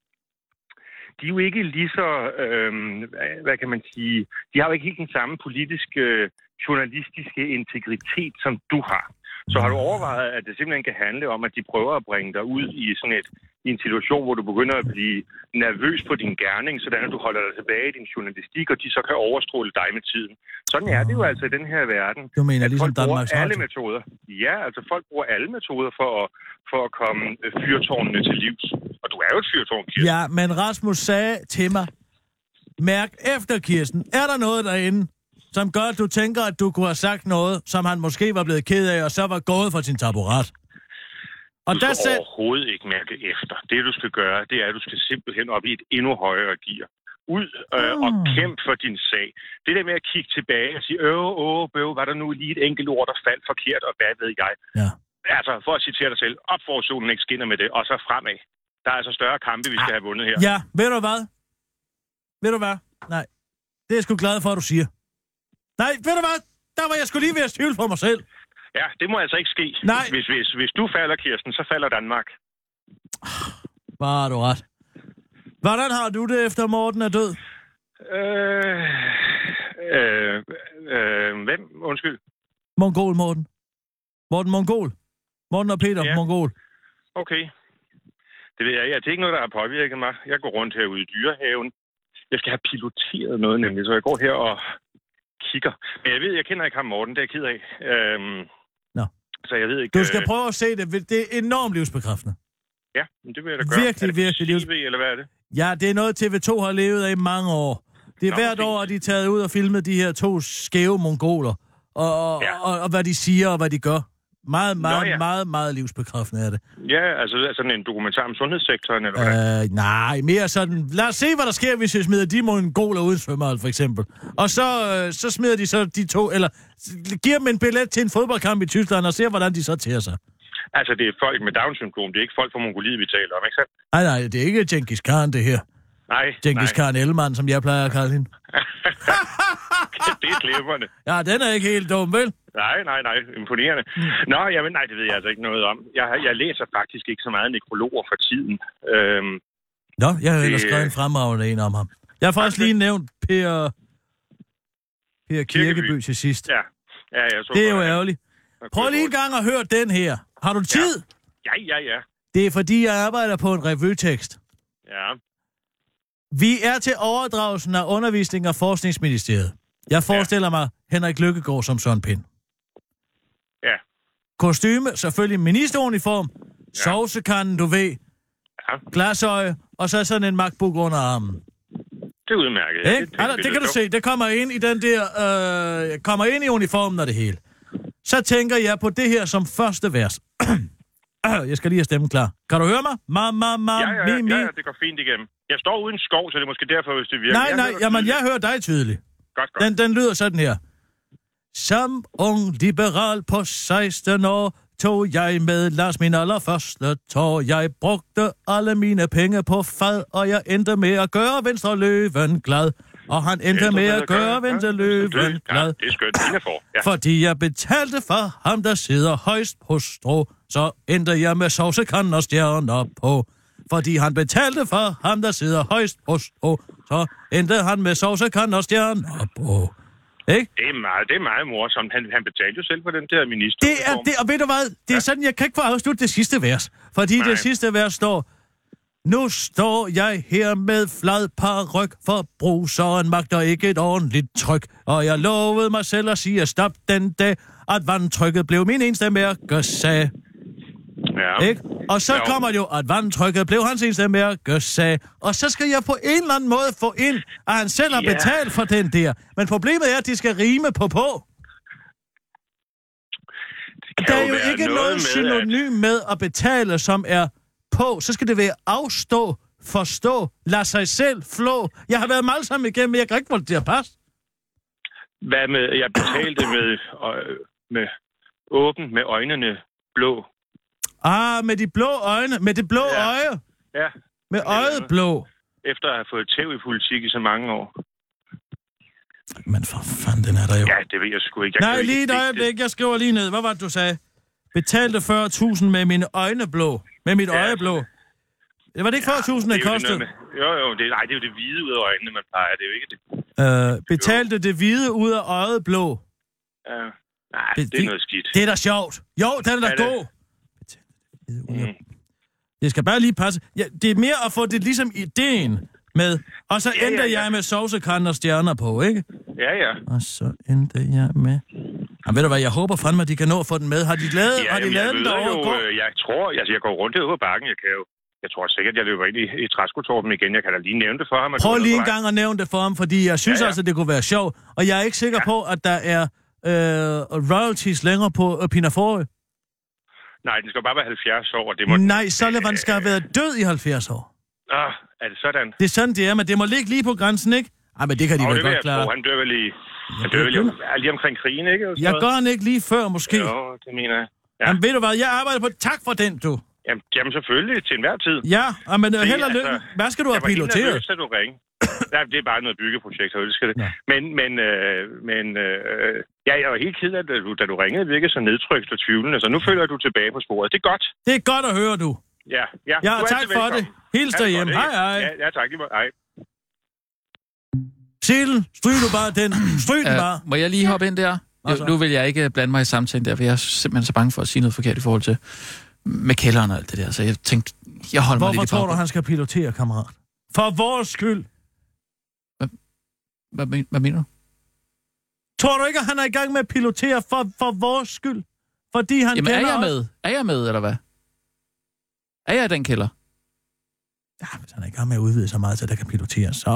De er jo ikke lige så, øh, hvad, hvad kan man sige, de har jo ikke helt den samme politiske, journalistiske integritet, som du har. Så har du overvejet, at det simpelthen kan handle om, at de prøver at bringe dig ud i sådan et, i en situation, hvor du begynder at blive nervøs på din gerning, sådan at du holder dig tilbage i din journalistik, og de så kan overstråle dig med tiden. Sådan er det jo altså i den her verden. Du mener at ligesom folk bruger Danmarks alle Radio? metoder. Ja, altså folk bruger alle metoder for at, for at komme øh, fyrtårnene til livs. Og du er jo et fyrtårn, Kirsten. Ja, men Rasmus sagde til mig, mærk efter, Kirsten, er der noget derinde, som gør, at du tænker, at du kunne have sagt noget, som han måske var blevet ked af, og så var gået fra sin taburet? Og du der skal selv... overhovedet ikke mærke efter. Det, du skal gøre, det er, at du skal simpelthen op i et endnu højere gear. Ud øh, Mm. og kæmp for din sag. Det der med at kigge tilbage og sige, åh, åh, bøv, var der nu lige et enkelt ord, der faldt forkert, og hvad ved jeg? Ja. Altså, for at citere dig selv, op for solen ikke skinner med det, og så fremad. Der er altså større kampe, vi skal have vundet her. Ja, ved du hvad? Ved du hvad? Nej, det er jeg sgu glad for, at du siger. Nej, ved du hvad? Der var jeg sgu lige ved at tvivle på mig selv. Ja, det må altså ikke ske. Nej. Hvis, hvis, hvis du falder, Kirsten, så falder Danmark. Bare du ret. Hvordan har du det, efter Morten er død? Øh, øh, øh, hvem? Undskyld. Mongol Morten. Morten Mongol. Morten og Peter Ja. Mongol. Okay. Det ved jeg. Ja, det er ikke noget, der har påvirket mig. Jeg går rundt herude i dyrehaven. Jeg skal have piloteret noget nemlig, så jeg går her og kigger. Men jeg ved, jeg kender ikke ham Morten, det er jeg ked af. Øhm, Nå. Så jeg ved ikke... Du skal øh... prøve at se det. Det er enormt livsbekræftende. Ja, men det vil jeg da gøre. Virkelig, virkelig livs... T V, eller hvad er det? Ja, det er noget, T V to har levet af i mange år. Det er Nå, hvert fint. år, at de er taget ud og filmet de her to skæve mongoler. Og, og, Ja. og, og hvad de siger, og hvad de gør. Meget, meget, Nå, ja. meget, meget livsbekræftende er det. Ja, altså sådan en dokumentar om sundhedssektoren, eller hvad? Øh, nej, mere sådan... Lad os se, hvad der sker, hvis vi smider de mongoler uden svømmehal, for eksempel. Og så, øh, så smider de så de to... Eller giver dem en billet til en fodboldkamp i Tyskland, og ser, hvordan de så tager sig. Altså, det er folk med Down-syndrom. Det er ikke folk fra Mongoliet, vi taler om, ikke sandt? Nej, nej, det er ikke Genghis Khan, det her. Nej, Genghis nej. Khan Ellemann, som jeg plejer at kalde hende. Det er glimrende. Ja, den er ikke helt dum, vel? Nej, nej, nej. Imponerende. Nå, jamen, nej, det ved jeg altså ikke noget om. Jeg, jeg læser faktisk ikke så meget nekrologer for tiden. Øhm, Nå, jeg har ellers Det- skrevet en fremragende en om ham. Jeg har faktisk lige nævnt Per, per Kirkeby til sidst. Ja, ja, jeg så Det er jo godt, at- ærgerligt. Prøv lige en gang at høre den her. Har du tid? Ja, ja, ja. Det er fordi, jeg arbejder på en revytekst. Ja, Vi er til overdragelsen af Undervisning og Forskningsministeriet. Jeg forestiller mig Henrik Lykkegaard som Søren Pind. ja. Kostyme, selvfølgelig ministeruniform, ja. Sovsekanden, du ved, Ja, glasøje, og så sådan en MacBook under armen. det er udmærket. Ja, Ja, det, det, det kan du se, det kommer ind i den der, øh, kommer ind i uniformen og det hele. Så tænker jeg på det her som første vers. Jeg skal lige have stemmen klar. Kan du høre mig? Ma, ma, ma, Ja, ja, ja, mi, mi. ja, ja, det går fint igennem. Jeg står uden skov, så det er måske derfor, hvis det virker. Nej, Jeg nej, hører dig jamen tydeligt. jeg hører dig tydeligt. Godt, godt. Den, den lyder sådan her. Som ung liberal på seksten år, tog jeg med Lars min allerførste tår. Jeg brugte alle mine penge på fad, og jeg endte med at gøre Venstre Løven glad. Og han endte med at gøre Venstre Løven glad. Ja, det er skønt. Ina for. Ja. Fordi jeg betalte for ham, der sidder højst på strå, så endte jeg med sovsekanden og stjerner på. Fordi han betalte for ham, der sidder højst på strå, så endte han med sovsekanden og stjerner på. Ikke? Det er meget, det er meget morsomt. Han, han betalte jo selv for den der minister. Det er det, og ved du hvad? Det er sådan, jeg kan ikke få afslutte det sidste vers. Fordi Nej. det sidste vers står... Nu står jeg her med flad paryk, for bruseren magter ikke et ordentligt tryk. Og jeg lovede mig selv at sige stop den dag, at vandtrykket blev min eneste mærkesag. Ja. Ikke? Og så Jo. kommer det jo, at vandtrykket blev hans eneste mærkesag. Og så skal jeg på en eller anden måde få ind, at han selv har Ja. betalt for den der. Men problemet er, at de skal rime på på. Det kan Der er jo være ikke noget noget med, synonym med at betale, som er på. Så skal det være afstå, forstå, lad sig selv flå. Jeg har været meget sammen igennem, men jeg kan ikke få det til at passe. At, hvad med, jeg betalte med, øh, med åben med øjnene blå. Ah, med de blå øjne. Med det blå Ja. øje. Ja, Med øjet blå. efter at have fået tæv i politik i så mange år. Men for fanden, den er der jo. Ja, det ved jeg sgu ikke. Jeg kan Nej, jo ikke lige et digte. øjeblik. Jeg skriver lige ned. Hvad var det, du sagde? Betalte fyrre tusind med mine øjne blå. Med mit Ja. øje blå. Var det ikke fyrre tusind, det Det er jo kostede? noget med- Jo, jo, det, nej, det er jo det hvide ud af øjnene, man plejer. Det er jo ikke det. Øh, betalte det hvide ud af øjet blå. Ja. Nej, Det- det er det- noget skidt. Det er da sjovt. Jo, den er da Er det? god. Betalte det hvide ud af... Mm. Det skal bare lige passe. Ja, det er mere at få det ligesom ideen med. Og så Ja, ja, endte ja. jeg med sovsekanden og stjerner på, ikke? Ja, ja. Og så endte jeg med... Jamen, ved du hvad, jeg håber fandme, at de kan nå at få den med. Har de lavet, Ja, har de jamen, lavet jeg den ved derovre? jo, Går? øh, jeg tror, altså jeg går rundt derude på bakken, jeg kan jo, jeg tror sikkert, jeg løber ind i, i Træskotorpen igen. Jeg kan da lige nævne det for ham. at Prøv du er lige på en vej. gang at nævne det for ham, fordi jeg synes Ja, ja. altså, det kunne være sjovt. Og jeg er ikke sikker Ja. på, at der er øh, royalties længere på øh, Pinafore. Nej, den skal bare være halvfjerds år, og det må... Nej, Sullivan skal have været død i halvfjerds år. Ah, er det sådan? Det er sådan, det er, men det må ligge lige på grænsen, ikke? Ej, men det kan de Og vel det vil godt jeg klare. tro, han dør vel i... Han dør vel i, er lige omkring krigen, ikke? Og sådan Jeg noget? gør han ikke lige før, måske. Jo, det mener jeg. Ja. Jamen, ved du hvad, jeg arbejder på... Tak for den, du. Jamen, jamen selvfølgelig, til enhver tid. Ja, og men Det- held og lykke. altså, Hvad skal du have Jeg var helt piloteret? nervøs, da du ringede. Ja, det er bare noget byggeprojekt, jeg elsker det. Ja. Men, men, øh, men øh, ja, jeg var helt ked af, da du, da du ringede, virkede så nedtrykt og tvivlende. Så nu føler du tilbage på sporet. Det er godt. Det er godt at høre, du. Ja, ja. Ja, du er tak altid for velkommen. det. Hils Ja, derhjemme. godt, Hej, ikke? hej. Ja, ja, tak lige meget. Hej. Silen, stryg du bare den. Stryg den bare. Uh, må jeg lige hoppe ind der? Hvad så? Nu, nu vil jeg ikke blande mig i samtalen der, for jeg er simpelthen så bange for at sige noget forkert i forhold til med kælderen og alt det der. Så jeg tænkte, jeg holder mig Hvorfor lidt i tror du, baggrunden. han skal pilotere, kammerat? For vores skyld. Hvad, men- hvad mener du? Tror du ikke, at han er i gang med at pilotere for, for vores skyld? Fordi han Jamen, kender er jeg også... med? Er jeg med, eller hvad? Er jeg i den kælder? Ja, hvis han er i gang med at udvide så meget, så der kan piloteres, så...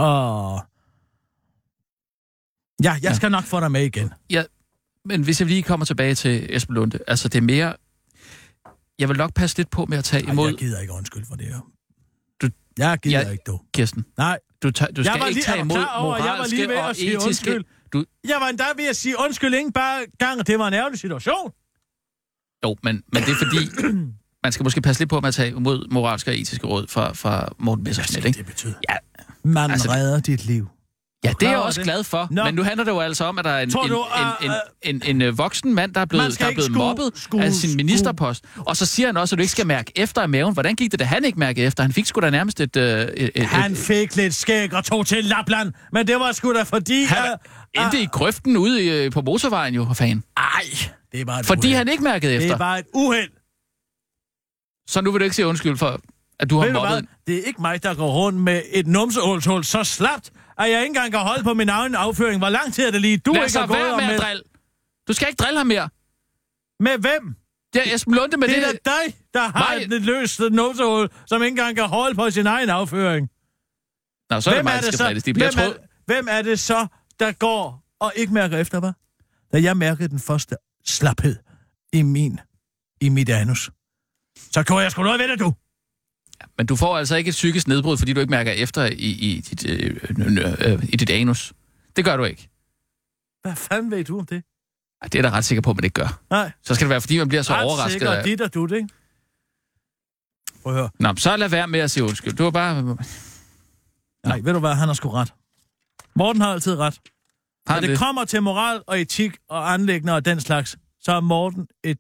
Ja, jeg ja. skal nok få dig med igen. Ja, men hvis jeg lige kommer tilbage til Esben Lunde, altså det er mere... Jeg vil nok passe lidt på med at tage imod... Ej, jeg gider ikke undskyld for det her. Du... Jeg gider jeg... ikke, du. Kirsten. Nej. Du, ta... du skal ikke lige... tage imod over, moralske og etiske... Undskyld. Du... Jeg var endda ved at sige undskyld ikke bare gang, og det var en ærgerlig situation. Jo, men, men det er fordi... Man skal måske passe lidt på med at tage imod moralske og etiske råd fra, fra Morten Messerschmidt, ikke? Det betyder. Ja. Man altså, redder dit liv. Ja, det er jeg også det? glad for. Nå. Men nu handler det jo altså om, at der er en, en, du, uh, en, en, en, en, en voksen mand, der er blevet, der er blevet skue, mobbet skue, af sin ministerpost. Og så siger han også, at du ikke skal mærke efter i maven. Hvordan gik det, da han ikke mærkede efter? Han fik sgu da nærmest et... et, et han et, fik lidt skæg og tog til Lapland, men det var sgu da fordi... Han uh, endte uh, i grøften ude i, på motorvejen jo, for fanden. Ej, det var et Fordi uheld. han ikke mærkede efter. Det var et uheld. Så nu vil du ikke sige undskyld for, at du har mobbet... Det er ikke mig, der går rundt med et numsehulshul så slapt, at jeg ikke engang kan holde på min egen afføring. Hvor lang tid er det lige? Du Lad ikke har gået med, med at drille. Du skal ikke drille ham mere. Med hvem? Det er Esben Lunde med det. Det er da dig, der har mig... et løst numsehul, som ikke engang kan holde på sin egen afføring. Nå, så er hvem det mig, der skal de bliver hvem, er, hvem er det så, der går og ikke mærker efter, hvad? Da jeg mærkede den første slaphed i min, i mit anus, så kunne jeg sgu noget ved det, du. Men du får altså ikke et psykisk nedbrud, fordi du ikke mærker efter i, i, dit, øh, øh, øh, i dit anus. Det gør du ikke. Hvad fanden ved du om det? Ej, det er da ret sikker på, at man ikke gør. Nej. Så skal det være, fordi man bliver så ret overrasket. Ret sikker, dit og du, ikke? Prøv at høre. Nå, så lad være med at sige undskyld. Du var bare... Nå. Nej, ved du hvad? Han har sgu ret. Morten har altid ret. Når det, det kommer til moral og etik og anliggende og den slags, så er Morten et...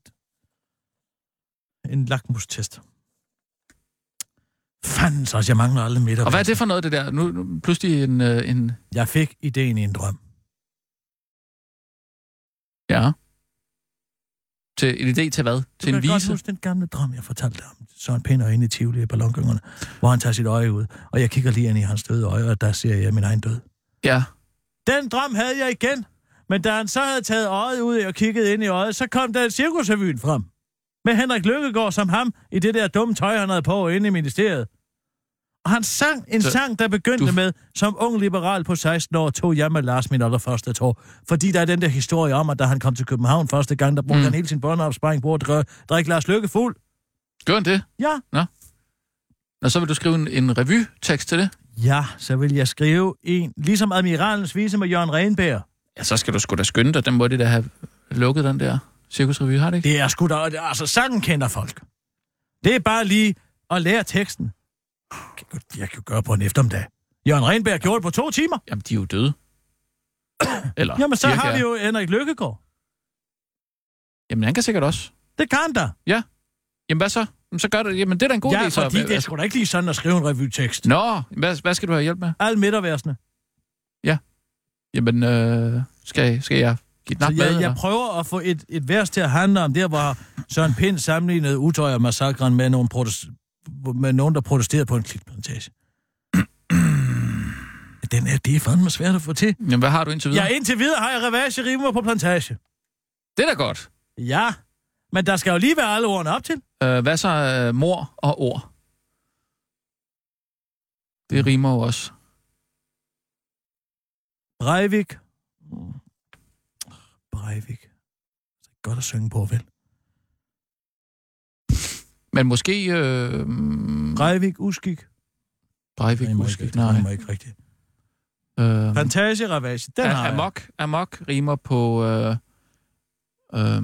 en lakmustest. Fanden så, jeg mangler aldrig midt. Og hvad er det for noget, det der? Nu, nu pludselig en, øh, en... Jeg fik ideen i en drøm. Ja. Til en idé til hvad? Til du en vise? Du kan godt huske den gamle drøm, jeg fortalte dig om. Søren Pind og inde i Tivoli i ballongyngerne, hvor han tager sit øje ud. Og jeg kigger lige ind i hans døde øje, og der ser jeg min egen død. Ja. Den drøm havde jeg igen. Men da han så havde taget øjet ud og kigget ind i øjet, så kom der et cirkusrevyen frem. Med Henrik Lykkegaard som ham i det der dumme tøj, han havde på inde i ministeriet. Og han sang en så, sang, der begyndte du... med, som ung liberal på seksten år, tog jeg med Lars min allerførste tår. Fordi der er den der historie om, at da han kom til København første gang, der brugte mm. han hele sin børneopsparing på at drikke Lars Løkke fuld. Gør han det? Ja. Nå. Og så vil du skrive en, en revytekst til det? Ja, så vil jeg skrive en, ligesom Admiralens vise med Jørgen Renberg. Ja, så skal du sgu da skynde dig. Den må de da have lukket, den der cirkusrevy, har det ikke? Det er sgu da, altså sangen kender folk. Det er bare lige at lære teksten. Jeg kan gøre på en eftermiddag. Jørgen Renberg gjorde det på to timer. Jamen, de er jo døde. Eller, jamen, så har vi jo Henrik Lykkegaard. Jamen, han kan sikkert også. Det kan der. Ja. Jamen, hvad så? Jamen, så gør det. Jamen, det er da en god idé. Ja, fordi så. det er sgu da ikke lige sådan at skrive en revytekst. Nå, hvad, hvad skal du have hjælp med? Alle midterværsene. Ja. Jamen, øh, skal, skal jeg give den jeg, med? Jeg prøver at få et, et vers til at handle om der, hvor Søren Pind sammenlignede Utøj og massakren med nogen, protest, med nogen der protesterede på en klitplantage. Den er, det er fandme svært at få til. Jamen, hvad har du indtil videre? Ja, indtil videre har jeg revage rimer på plantage. Det er da godt. Ja, men der skal jo lige være alle ordene op til. Øh, hvad så øh, mor og ord? Det rimer jo også. Breivik. Breivik. Det er godt at synge på, vel? Men måske... Øh... Breivik, uskik. Breivik, uskik, nej. Det rimer ikke rigtigt. Øh... Plantage, ravage, den har amok, jeg. Amok rimer på... Øh... Øh...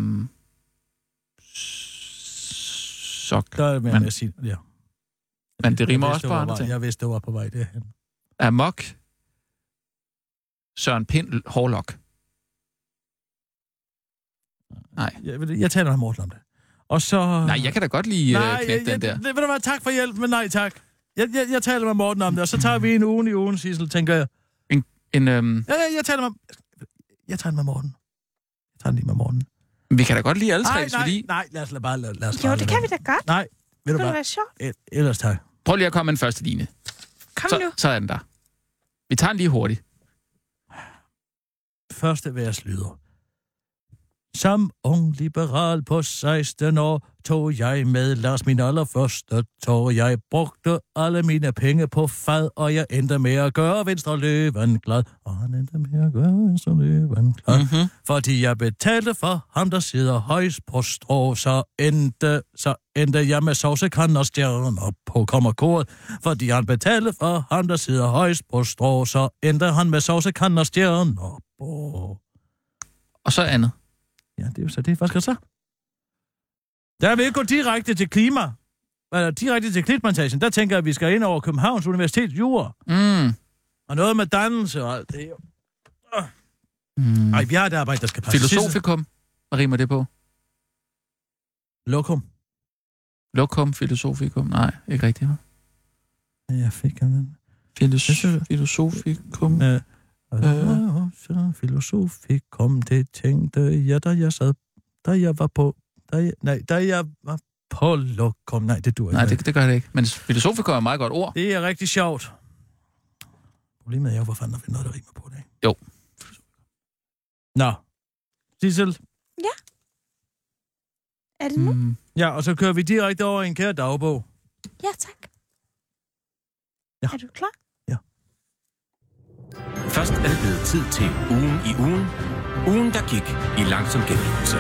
Sok. Der er det, men, jeg sige, ja. Men det rimer jeg også på andre ting. Jeg vidste, det var på vej derhen. Amok. Søren Pind, hårlok. Nej. Jeg, jeg taler med Morten om det. Og så... Nej, jeg kan da godt lige nej, knække den der. Det, det vil da være tak for hjælp, men nej tak. Jeg, jeg, jeg taler med Morten om det, og så tager vi en uge i ugen, Sissel, tænker jeg. En... en øhm... Ja, ja, jeg taler med... Jeg taler med Morten. Jeg taler lige med Morten. Vi kan da godt lide alle tre, nej, nej, fordi... Nej, lad os lade bare... Lad, lad os jo, bare, det kan vi da godt. Nej, ved du hvad? Det være sjovt. Et, ellers tak. Prøv lige at komme med en første linje. Kom så, nu. Så er den der. Vi tager den lige hurtigt. Første vers lyder. Som ung liberal på seksten år tog jeg med Lars min allerførste tår. Jeg brugte alle mine penge på fad, og jeg endte med at gøre Venstre Løven glad. Og han endte med at gøre Venstre Løven glad. Mm-hmm. Fordi jeg betalte for ham, der sidder højst på strå, så endte, så endte jeg med sovsekanden og stjerner på kommerkoret. Fordi han betalte for ham, der sidder højst på strå, så endte han med sovsekanden og stjerner på... Og så andet. Ja, det er jo så det. Hvad skal så? Der vil ikke gå direkte til klima. Eller direkte til klitplantagen. Der tænker jeg, at vi skal ind over Københavns Universitet Jura. Mm. Og noget med dannelse og alt det her. Øh. Mm. Ej, vi har et arbejde, der skal passe. Filosofikum. Hvad rimer det på? Lokum. Lokum, filosofikum. Nej, ikke rigtigt. Ja, jeg fik den. Filos- filosofikum. Ja. Øh. Filosofikum, det tænkte jeg, da jeg sad, da jeg var på, da jeg, nej, da jeg var på lokum. Nej, det dur ikke. Nej, det, det gør det ikke. Men filosofikum er et meget godt ord. Det er rigtig sjovt. Problemet er jo, hvor fanden der finder noget, der rimer på det, ikke? Jo. Nå. Sissel? Ja. Er det nu? Mm. Ja, og så kører vi direkte over i en kære dagbog. Ja, tak. Ja. Er du klar? Ja. Først er det blevet tid til ugen i ugen. Ugen, der gik i langsom gengivelse.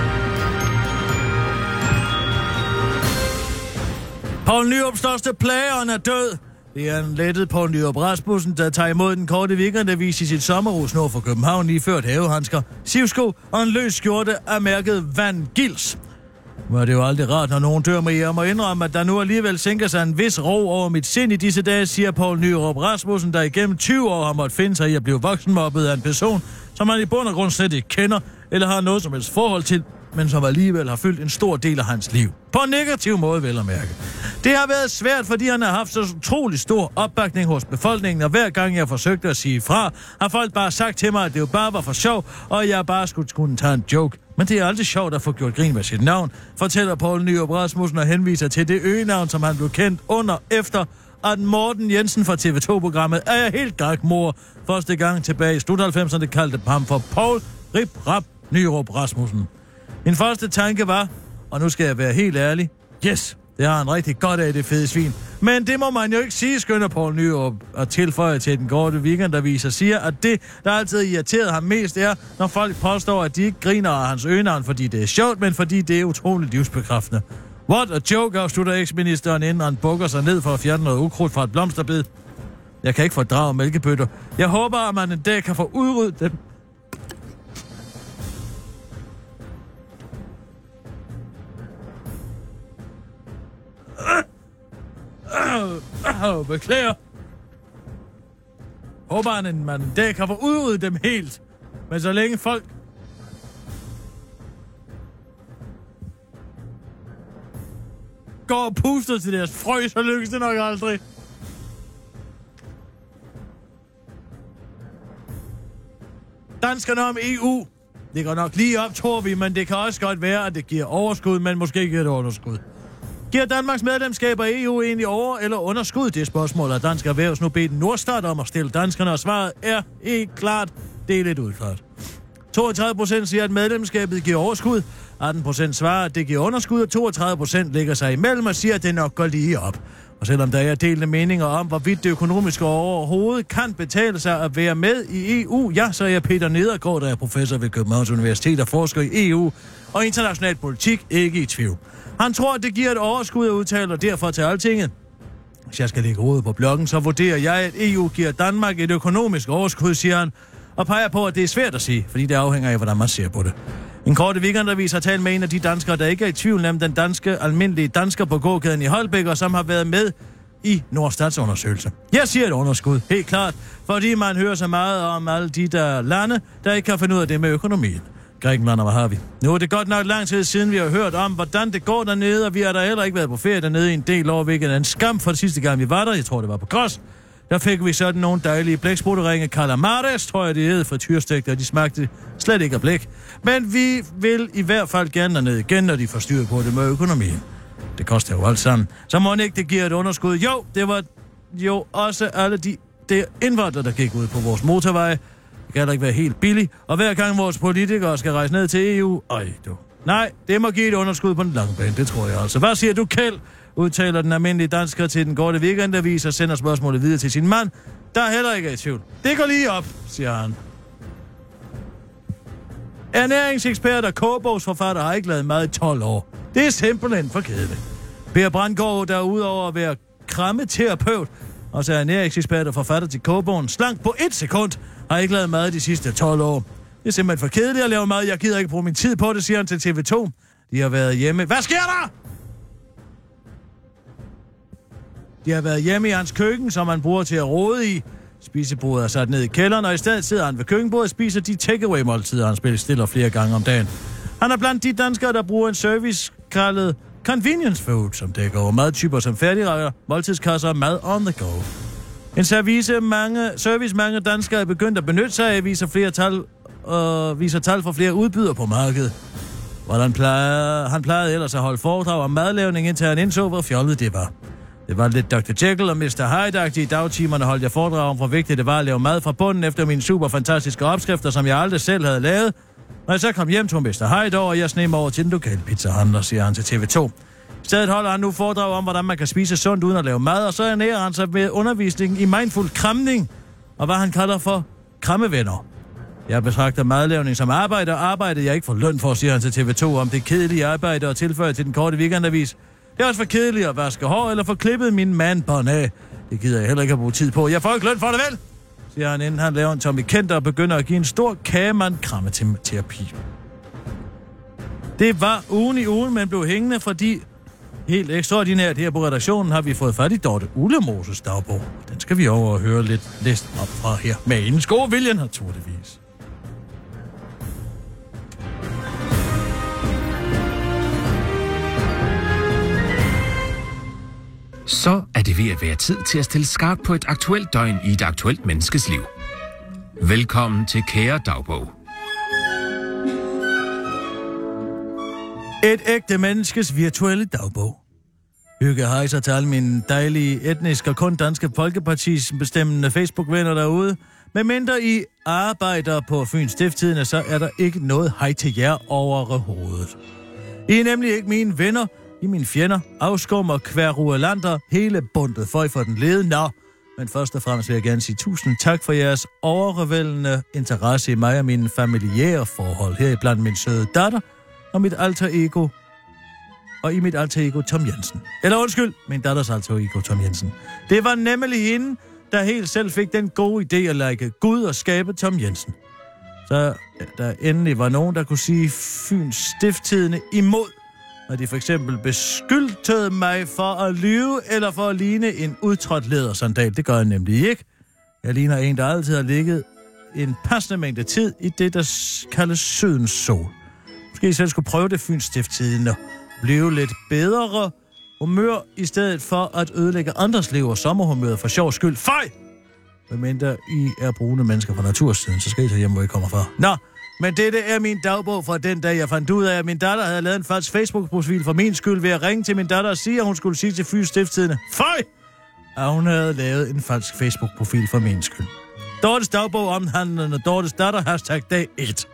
Poul Nyrups største plageren er død. Det er en lettet Poul Nyrup Rasmussen, der tager imod den korte weekendavis i sit sommerhus nord for København, lige ført havehandsker, sivsko og en løs skjorte af mærket Van Gils. Nu er det jo aldrig rart, når nogen dør, men jeg må indrømme, at der nu alligevel sænker sig en vis ro over mit sind i disse dage, siger Poul Nyrup Rasmussen, der igennem tyve år har måttet finde sig i at blive voksenmobbet af en person, som man i bund og grund slet ikke kender, eller har noget som helst forhold til, men som alligevel har fyldt en stor del af hans liv. På en negativ måde, vel at mærke. Det har været svært, fordi han har haft så utrolig stor opbakning hos befolkningen, og hver gang jeg forsøgte at sige fra, har folk bare sagt til mig, at det jo bare var for sjov, og jeg bare skulle kunne tage en joke. Men det er aldrig sjovt at få gjort grin med sit navn, fortæller Poul Nyrup Rasmussen og henviser til det øgenavn, som han blev kendt under efter, at Morten Jensen fra T V to-programmet er jeg helt gak mor. Første gang tilbage i slut halvfemserne kaldte ham for Poul Rip Rap Nyrup Rasmussen. Min første tanke var, og nu skal jeg være helt ærlig, yes, det har han rigtig godt af, det fede svin. Men det må man jo ikke sige, skønner Poul Nyrup og tilføjer til den korte weekendavis og siger, at det, der altid irriteret ham mest, er, når folk påstår, at de ikke griner af hans øgenavn, fordi det er sjovt, men fordi det er utroligt livsbekræftende. What a joke, afslutter eksministeren, inden han bukker sig ned for at fjerne noget ukrudt fra et blomsterbed. Jeg kan ikke fordrage mælkebøtter. Jeg håber, at man en dag kan få udryddet dem. Beklager. Håber han, at man en dag kan få udryddet dem helt. Men så længe folk... går og puster til deres frø, så lykkes det nok aldrig. Danskerne om E U. Det går nok lige op, tror vi, men det kan også godt være, at det giver overskud, men måske giver det underskud. Giver Danmarks medlemskab af E U egentlig over- eller underskud? Det spørgsmål er Dansk Erhvervs nu bedt Nordstart om at stille danskerne, og svaret er ikke klart. Det er lidt udklart. toogtredive procent siger, at medlemskabet giver overskud. atten procent svarer, at det giver underskud, og toogtredive procent ligger sig imellem og siger, at det nok går lige op. Og selvom der er delte meninger om, hvorvidt det økonomiske overhovedet kan betale sig at være med i E U, ja, så er Peter Nedergaard, der er professor ved Københavns Universitet og forsker i E U og international politik, ikke i tvivl. Han tror, at det giver et overskud at udtale, og derfor til Altinget. Hvis jeg skal lægge hovedet på bloggen, så vurderer jeg, at E U giver Danmark et økonomisk overskud, siger han, og peger på, at det er svært at sige, fordi det afhænger af, hvordan man ser på det. En korte weekendavis har talt med en af de danskere, der ikke er i tvivl om den danske, almindelige dansker på gågaden i Holbæk, og som har været med i Nordstats undersøgelse. Jeg siger et underskud, helt klart, fordi man hører så meget om alle de der lande, der ikke kan finde ud af det med økonomien. Grækenland, og hvad har vi? Nu er det godt nok lang tid siden, vi har hørt om, hvordan det går dernede, og vi har da heller ikke været på ferie dernede i en del år, hvilket er en skam for det sidste gang, vi var der. Jeg tror, det var på Kros. Der fik vi sådan nogle dejlige blæksprutteringe, calamares, tror jeg, det hed, frityrstegt, og de smagte slet ikke af blæk. Men vi vil i hvert fald gerne dernede igen, når de får styr på det med økonomien. Det koster jo alt sammen. Så må ikke det giver et underskud. Jo, det var jo også alle de der indvandrere, der gik ud på vores motorveje. kan heller ikke være helt billig, og hver gang vores politikere skal rejse ned til E U... Øj, du. Nej, det må give et underskud på den lange bane, det tror jeg altså. Hvad siger du, Kjeld? Udtaler den almindelige dansker til den korte weekendavis og sender spørgsmålet videre til sin mand, der er heller ikke i tvivl. Det går lige op, siger han. Ernæringsekspert og kogebogsforfatter har ikke lavet mad i tolv år. Det er simpelthen for kedeligt. Per Brandgaard, der er udover at være krammeterapeut, og så er ernæringsekspert og forfatter til kogebogen Slank på et sekund, har ikke lavet mad de sidste tolv år. Det er simpelthen for kedeligt at lave mad. Jeg gider ikke bruge min tid på det, siger han til T V to. De har været hjemme. Hvad sker der? De har været hjemme i hans køkken, som han bruger til at rode i. Spisebordet er sat ned i kælderen, og i stedet sidder han ved køkkenbordet og spiser de takeaway-måltider, han spiller stiller flere gange om dagen. Han er blandt de danskere, der bruger en service kaldet convenience food, som dækker over madtyper som færdigretter, måltidskasser og mad on the go. En service mange, service mange danskere er begyndt at benytte sig af, viser flere tal, øh, viser tal for flere udbydere på markedet. Hvordan plejede, han plejede ellers at holde foredrag om madlavning, indtil han indså, hvor fjollet det var. Det var lidt doktor Jekyll og mister Hyde-agtigt. I dagtimerne holdt jeg foredrag om, hvor vigtigt det var at lave mad fra bunden efter mine super fantastiske opskrifter, som jeg aldrig selv havde lavet. Når jeg så kom hjem, tog mister Hyde over, og jeg sneg mig over til den lokale pizzahandler, siger han til T V to. I stedet holder han nu foredrag om, hvordan man kan spise sundt uden at lave mad, og så ernærer han sig med undervisning i mindful kramning, og hvad han kalder for krammevenner. Jeg betragter madlavning som arbejde, og arbejdet jeg ikke får løn for, siger han til T V to, om det kedelige arbejde og tilføjer til den korte weekendavis. Det er også for kedeligt at vaske hår eller få klippet min mandbånd af. Det gider jeg heller ikke at bruge tid på. Jeg får ikke løn for det, vel? Siger han, inden han laver en Tommy Kenter og begynder at give en stor kagemand krammeterapi. Det var ugen i ugen, men blev hængende, fordi helt ekstraordinært her på redaktionen har vi fået fat i Dorte Ullemoses dagbog. Den skal vi over og høre lidt læst op fra her. Med hendes gode vilje, naturligvis. Så er det ved at være tid til at stille skarpt på et aktuelt døgn i et aktuelt menneskes liv. Velkommen til Kære Dagbog. Et ægte menneskes virtuelle dagbog. Hygge hejser til alle mine dejlige, etniske og kun danske Folkepartis bestemmende Facebook-venner derude. Med mindre I arbejder på Fyns Stiftstidende, så er der ikke noget hej til jer overhovedet. I er nemlig ikke mine venner, I mine fjender, afskummer, kværuelander, hele bundet for I for den lede. Nå, men først og fremmest vil jeg gerne sige tusind tak for jeres overvældende interesse i mig og mine familiære forhold, heriblandt min søde datter og mit alter ego, og i mit alter ego Tom Jensen. Eller undskyld, min datters alter ego Tom Jensen. Det var nemlig hende, der helt selv fik den gode idé at lægge Gud og skabe Tom Jensen. Så der endelig var nogen, der kunne sige Fyns Stiftstidende imod, når de for eksempel beskyldte mig for at lyve eller for at ligne en udtrådt lædersandal. Det gør jeg nemlig ikke. Jeg ligner en, der altid har ligget en passende mængde tid i det, der kaldes Sydens sol. Måske I selv skulle prøve det Fyns Stiftstidende og blive lidt bedre humør, i stedet for at ødelægge andres liv og sommerhumøret for sjov skyld. Fej! Medmindre I er brune mennesker fra natursiden, så skal I tage hjem, hvor I kommer fra. Nå, men dette er min dagbog fra den dag, jeg fandt ud af, at min datter havde lavet en falsk Facebook-profil for min skyld ved at ringe til min datter og sige, at hun skulle sige til Fyns Stiftstidende, fej! At hun havde lavet en falsk Facebook-profil for min skyld. Dortes dagbog omhandlende Dortes datter, hashtag dag et.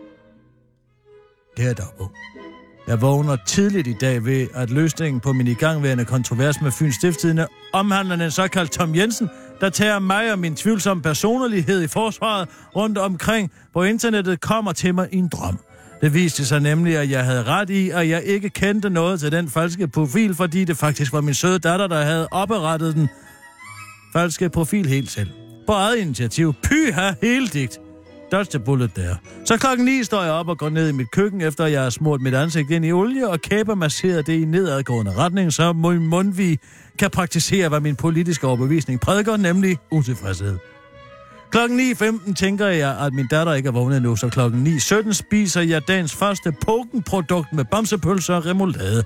Kære dagbog. Jeg vågner tidligt i dag ved, at løsningen på min igangværende kontrovers med Fyns Stiftstidende omhandlende en såkaldt Tom Jensen, der tager mig og min tvivlsomme personlighed i forsvaret rundt omkring på internettet, kommer til mig i en drøm. Det viste sig nemlig, at jeg havde ret i, at jeg ikke kendte noget til den falske profil, fordi det faktisk var min søde datter, der havde oprettet den falske profil helt selv. På eget initiativ. Pyha, helt digt. Dodge bullet der. Så klokken ni står jeg op og går ned i mit køkken, efter jeg har smurt mit ansigt ind i olie og kæbermasseret det i nedadgående retning, så min mundvig kan praktisere, hvad min politiske overbevisning prædiker, nemlig utilfredshed. Klokken ni femten tænker jeg, at min datter ikke er vågnet nu, så klokken ni sytten spiser jeg dagens første pokenprodukt med bamsepølser og remoulade.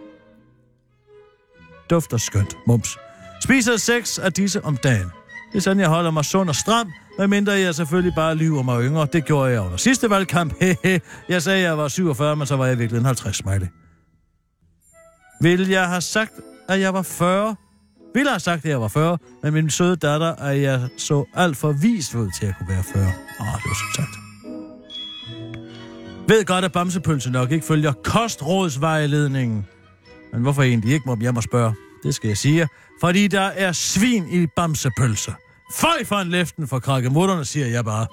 Dufter skønt, mums. Spiser seks af disse om dagen. Det er sådan, jeg holder mig sund og stram, medmindre jeg selvfølgelig bare lyver mig yngre. Det gjorde jeg under sidste valgkamp. Hehe. Jeg sagde, at jeg var syvogfyrre, men så var jeg virkelig en halvtreds smiley. Vil jeg have sagt, at jeg var fyrre, Ville have sagt, at jeg var fyrre, men min søde datter, at jeg så alt for vist ud til at kunne være fyrre. Åh, det var så sagt. Ved godt, at bamsepølse nok ikke følger kostrådsvejledningen. Men hvorfor egentlig ikke må hjem og spørge? Det skal jeg sige. Fordi der er svin i bamsepølse. Føj for en læften for krakkemutterne, siger jeg bare.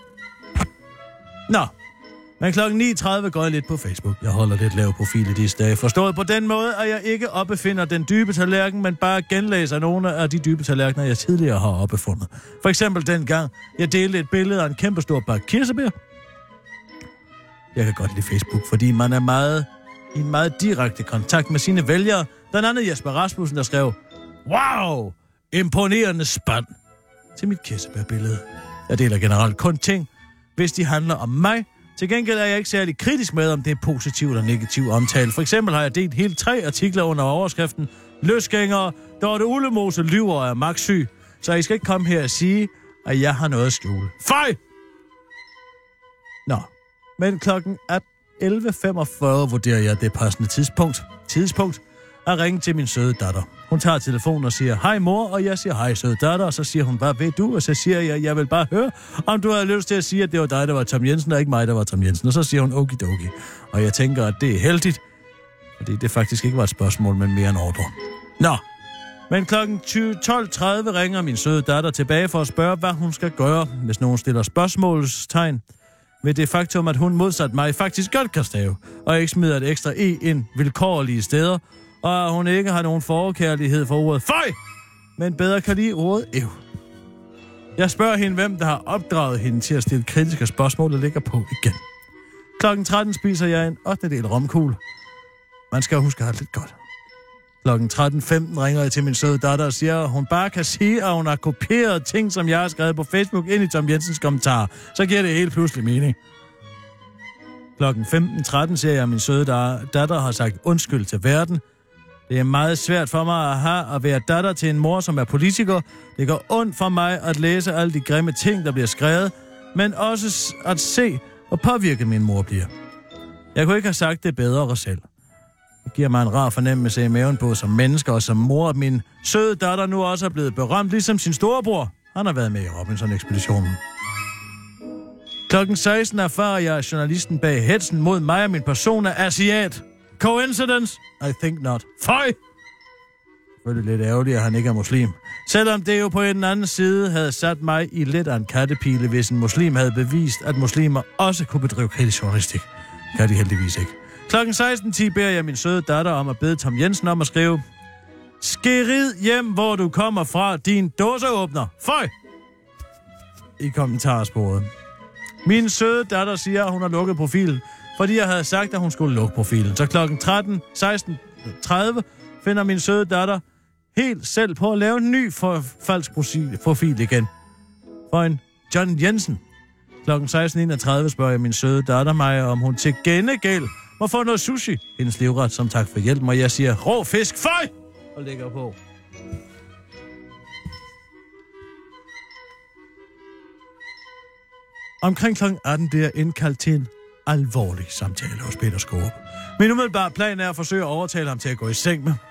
Nå, men klokken ni tredive går jeg lidt på Facebook. Jeg holder lidt lav profil i disse dage. Forstået på den måde, at jeg ikke opbefinder den dybe tallerken, men bare genlæser nogle af de dybe tallerkener, jeg tidligere har opbefundet. For eksempel dengang, jeg delte et billede af en kæmpestor bakke kirsebær. Jeg kan godt lide Facebook, fordi man er meget i en meget direkte kontakt med sine vælgere. Blandt andet Jesper Rasmussen, der skrev, wow, imponerende spand til mit kirsebærbillede. Jeg deler generelt kun ting, hvis de handler om mig. Til gengæld er jeg ikke særlig kritisk med, om det er positiv eller negativ omtale. For eksempel har jeg delt helt tre artikler under overskriften Løsgængere, Dorte Ullemose lyver og er magtsyg. Så I skal ikke komme her og sige, at jeg har noget at skjule. Fej! Nå, men klokken elleve femogfyrre vurderer jeg det passende tidspunkt. Tidspunkt at ringe til min søde datter. Hun tager telefonen og siger, hej mor, og jeg siger, hej søde datter, og så siger hun, hvad ved du? Og så siger jeg, jeg vil bare høre, om du har lyst til at sige, at det var dig, der var Tom Jensen, og ikke mig, der var Tom Jensen. Og så siger hun, okidoki. Og jeg tænker, at det er heldigt, fordi det faktisk ikke var et spørgsmål, men mere en ordre. Nå, men klokken tolv tredive ringer min søde datter tilbage for at spørge, hvad hun skal gøre, hvis nogen stiller spørgsmålstegn ved det faktum, at hun modsat mig faktisk godt kan stave, og ikke smider et ekstra e ind vilkårlige steder, og at hun ikke har nogen forkærlighed for ordet føj, men bedre kan lide ordet ev. Jeg spørger hende, hvem der har opdraget hende til at stille kritiske spørgsmål, der ligger på igen. Klokken tretten spiser jeg en ottende del romkugle. Man skal huske at have det lidt godt. Klokken tretten femten ringer jeg til min søde datter og siger, at hun bare kan sige, at hun har kopieret ting, som jeg har skrevet på Facebook ind i Tom Jensens kommentarer. Så giver det helt pludselig mening. Klokken femten tretten ser jeg, at min søde datter har sagt undskyld til verden. Det er meget svært for mig at have at være datter til en mor, som er politiker. Det går ondt for mig at læse alle de grimme ting, der bliver skrevet, men også at se, hvor påvirket min mor bliver. Jeg kunne ikke have sagt det bedre selv. Det giver mig en rar fornemmelse i maven på som menneske og som mor, at min søde datter nu også er blevet berømt, ligesom sin storebror. Han har været med i Robinson-ekspeditionen. Klokken seksten erfarer jeg, at journalisten bag hetsen mod mig og min person er asiat. Coincidence? I think not. Føj! Selvfølgelig lidt ærgerligt, at han ikke er muslim. Selvom det jo på en anden side havde sat mig i lidt af en kattepile, hvis en muslim havde bevist, at muslimer også kunne bedrive kritisk journalistik. Kan de heldigvis ikke. Klokken seksten ti beder jeg min søde datter om at bede Tom Jensen om at skrive, Skrid hjem, hvor du kommer fra, din dåseåbner. Føj! I kommentarsporet. Min søde datter siger, at hun har lukket profilen, fordi jeg havde sagt, at hun skulle lukke profilen. Så klokken tretten seksten tredive finder min søde datter helt selv på at lave en ny for, falsk profil igen. For en John Jensen. Klokken seksten enogtredive spørger jeg min søde datter mig, om hun til gengæld må få noget sushi. Hendes livret som tak for hjælpen, og jeg siger, rå fisk, føj! Og lægger på. Omkring klokken atten bliver jeg indkaldt til en alvorlig samtale hos Peter Skårup. Min umiddelbare plan er at forsøge at overtale ham til at gå i seng med.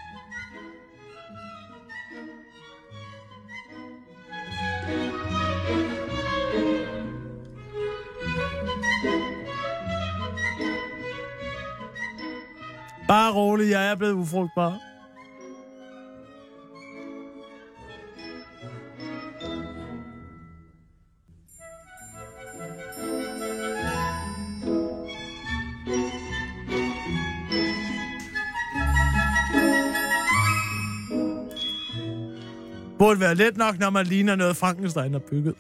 Bare rolig, jeg er blevet ufrugtbar. Burde være let nok, når man ligner noget Frankenstein har bygget.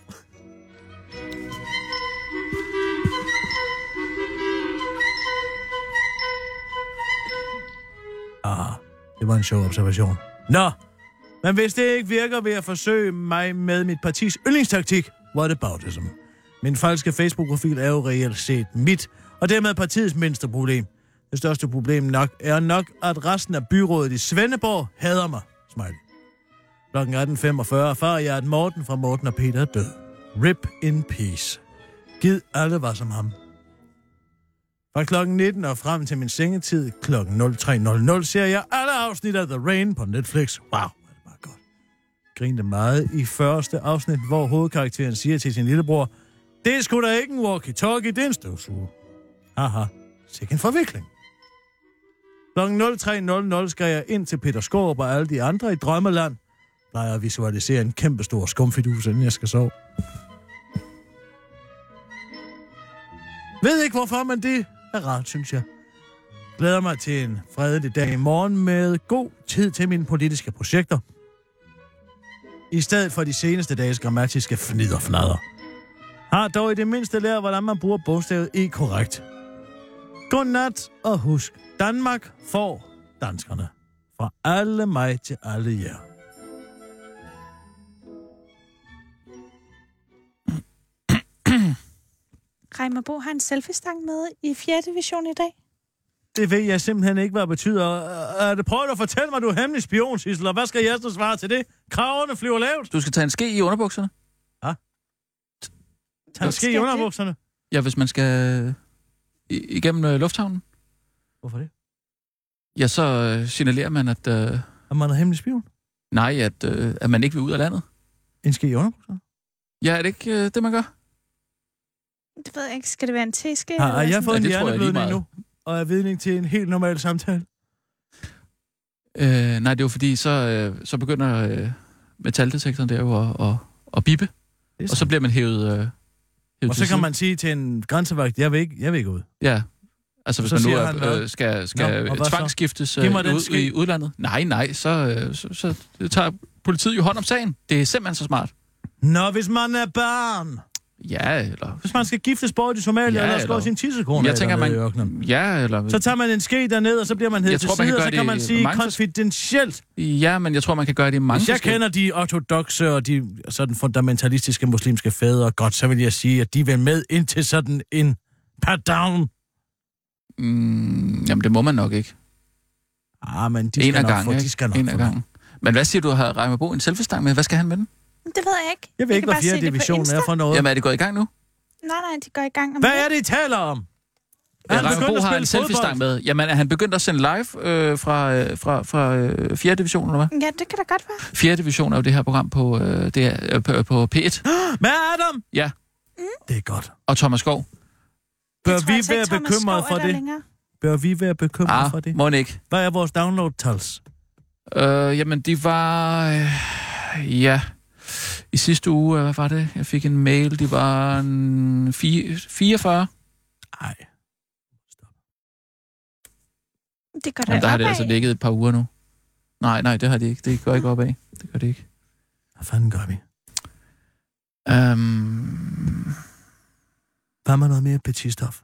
Ah, det var en sjov observation. Nå, men hvis det ikke virker, vil jeg forsøge mig med mit partis yndlingstaktik. What aboutism? Min falske Facebook-profil er jo reelt set mit, og dermed partiets mindste problem. Det største problem nok er nok, at resten af byrådet i Svendeborg hader mig. Smiley. Klokken atten femogfyrre erfarer jeg, at Morten fra Morten og Peter er død. Rip in peace. Gid alle var som ham. Fra klokken nitten og frem til min sengetid klokken tre nul nul ser jeg alle afsnit af The Rain på Netflix. Wow, det er bare godt. grinte meget i første afsnit, hvor hovedkarakteren siger til sin lillebror, det er sgu da ikke en walkie-talkie, det er en støvsuger. Haha, sikke en forvikling. klokken nul tre nul nul skal jeg ind til Peter Skårup og alle de andre i Drømmeland. Plejer at visualisere en kæmpestor skumfidus, inden jeg skal sove. Ved ikke hvorfor, men det er rart, synes jeg. Glæder mig til en fredelig dag i morgen med god tid til mine politiske projekter. I stedet for de seneste dages grammatiske fniderfnader. Har dog i det mindste lært, hvordan man bruger bogstavet E korrekt. Godnat og husk, Danmark får danskerne. Fra alle mig til alle jer. Reimer Bo har en selfie-stang med i fjerde division i dag. Det ved jeg simpelthen ikke, hvad det betyder. Er det prøvet at fortælle mig, du er hemmelig spion, Sissel, og hvad skal jeg så svare til det? Kravene flyver lavt. Du skal tage en ske i underbukserne. Ja? Tage en ske i underbukserne? Ja, hvis man skal igennem øh, lufthavnen. Hvorfor det? Ja, så øh, signalerer man, at... Øh, at man er hemmelig spion? Nej, at, øh, at man ikke vil ud af landet. En ske i underbukserne? Ja, er det ikke øh, det, man gør? Det ved jeg ikke. Skal det være en teske? Har, har jeg fået ja, en hjerneblødning nu? Og er vidning til en helt normal samtale? Øh, nej, det er jo fordi, så, øh, så begynder øh, metaldetektoren der jo at, at, at bippe. Og så bliver man hævet... Øh, hævet og så kan siden. Man sige til en grænsevagt, jeg vil ikke, jeg vil ikke ud. Ja, altså hvis så man nu han, er, øh, skal, skal Nå, tvangsskiftes øh, ud, i udlandet. Nej, nej, så, øh, så, så tager politiet jo hånd om sagen. Det er simpelthen så smart. Nå, hvis man er barn... Ja, eller... Hvis man skal giftes bort i Somalia, ja, eller slå sin tissekone jeg tænker, man... Ja, eller... Så tager man en ske derned, og så bliver man hævet til side, og så kan man sige mange... konfidentielt. Ja, men jeg tror, man kan gøre det i mange... Hvis jeg kender de ortodokse og de sådan fundamentalistiske muslimske fædre godt, så vil jeg sige, at de vil med ind til sådan en pat-down. Mm, jamen, det må man nok ikke. Ah, men de skal en nok gang, få, de skal nok en få gang. Men hvad siger du, har Reimer Bo en selfie-stang med? Hvad skal han med den? Det ved jeg ikke. Jeg ved ikke, hvad fjerde division er for noget. Jamen, er det gået i gang nu? Nej, nej, de går i gang om Hvad er det, I taler om? Ja, Reimer Bo har en selfie-stang med. Jamen, er han begyndt at sende live øh, fra, øh, fra, fra øh, fjerde division, eller hvad? Ja, det kan da godt være. fjerde division er jo det her program på, øh, det er, øh, på, på P et. Hvad er Adam? Ja. Mm. Det er godt. Og Thomas Skov. Bør vi altså være bekymret for det? Længere. Bør vi være bekymret ah, for det? Må ikke. Hvad er vores download-tals? Øh, jamen, de var... Øh, ja... I sidste uge, hvad var det? Jeg fik en mail, de var en fireogfyrre. Nej. Det gør det Jamen, der har det af. altså ligget et par uger nu. Nej, nej, det har de ikke. Det går ikke op af. Det gør det ikke. Hvad fanden gør vi? Um... Hvad med noget mere petitstof?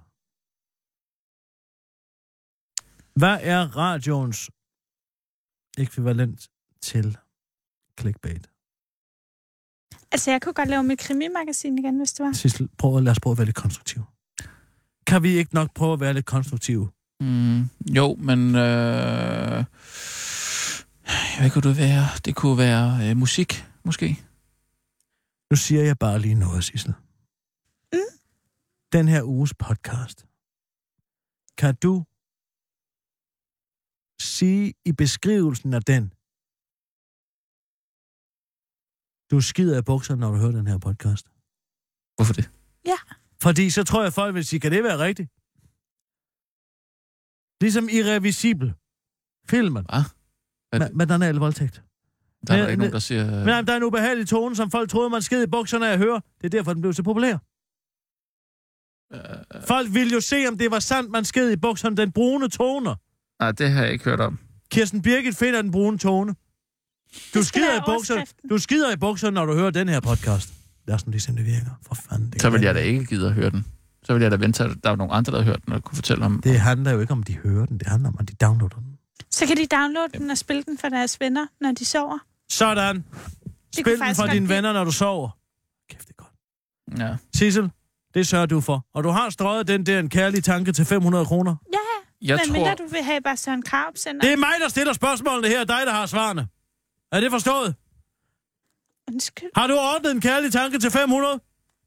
Hvad er radioens ekvivalent til clickbait? Altså, jeg kunne godt lave mit krimimagasin igen, hvis det var. Sissel, prøv at lade os prøve at være lidt konstruktiv. Kan vi ikke nok prøve at være lidt konstruktive? Mm, jo, men... Øh... Hvad kunne det være? Det kunne være øh, musik, måske. Nu siger jeg bare lige noget, Sissel. Mm? Den her uges podcast. Kan du sige i beskrivelsen af den, du skider i bukserne, når du hører den her podcast? Hvorfor det? Ja. Fordi så tror jeg, folk vil sige, kan det være rigtigt? Ligesom Irreversibel. Filmen. Hvad? Med, med den her voldtægt. Der er men, der ikke nogen, der siger... Men der er en ubehagelig tone, som folk troede, man sked i bukserne af at høre. Det er derfor, den blev så populær. Uh, folk ville jo se, om det var sandt, man sked i bukserne. Den brune toner. Nej, det har jeg ikke hørt om. Kirsten Birgit finder den brune tone. Du skider, i bukserne, du skider i bukserne, når du hører den her podcast. Lad os nu lige se, om det virker. For fanden. Det så vil jeg da ikke gide at høre den. Så vil jeg da vente, at der er nogle andre, der har hørt den, og kunne fortælle om... Det handler jo ikke om, de hører den. Det handler om, at de downloader den. Så kan de downloade den og spille den for deres venner, når de sover. Sådan. Spil den for dine venner, når du sover. Kæft, det er godt. Ja. Sissel, det sørger du for. Og du har strøget den der en kærlig tanke til fem hundrede kroner. Ja, jeg men tror... mindre du vil have bare Søren Krarup sender. Det er mig, der stiller spørgsmålene her, og dig, der har svarene. Er det forstået? Undskyld. Har du ordnet en kærlig tanke til fem hundrede?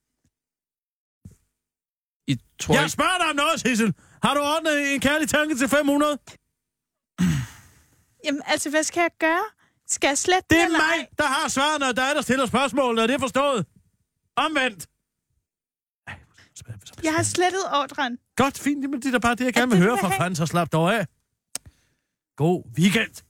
I tror jeg ikke... spørger dig om noget, Sissel. Har du ordnet en kærlig tanke til fem hundrede? Jamen, altså, hvad skal jeg gøre? Skal jeg slette Det den, er eller mig, ej? der har svarene, og dig, der stiller spørgsmålene, og det er forstået. Omvendt. Jeg har slettet ordren. Godt, fint, men det er da bare det, jeg gerne det, vil du høre vil fra have? fanden, så slap dog af. God weekend.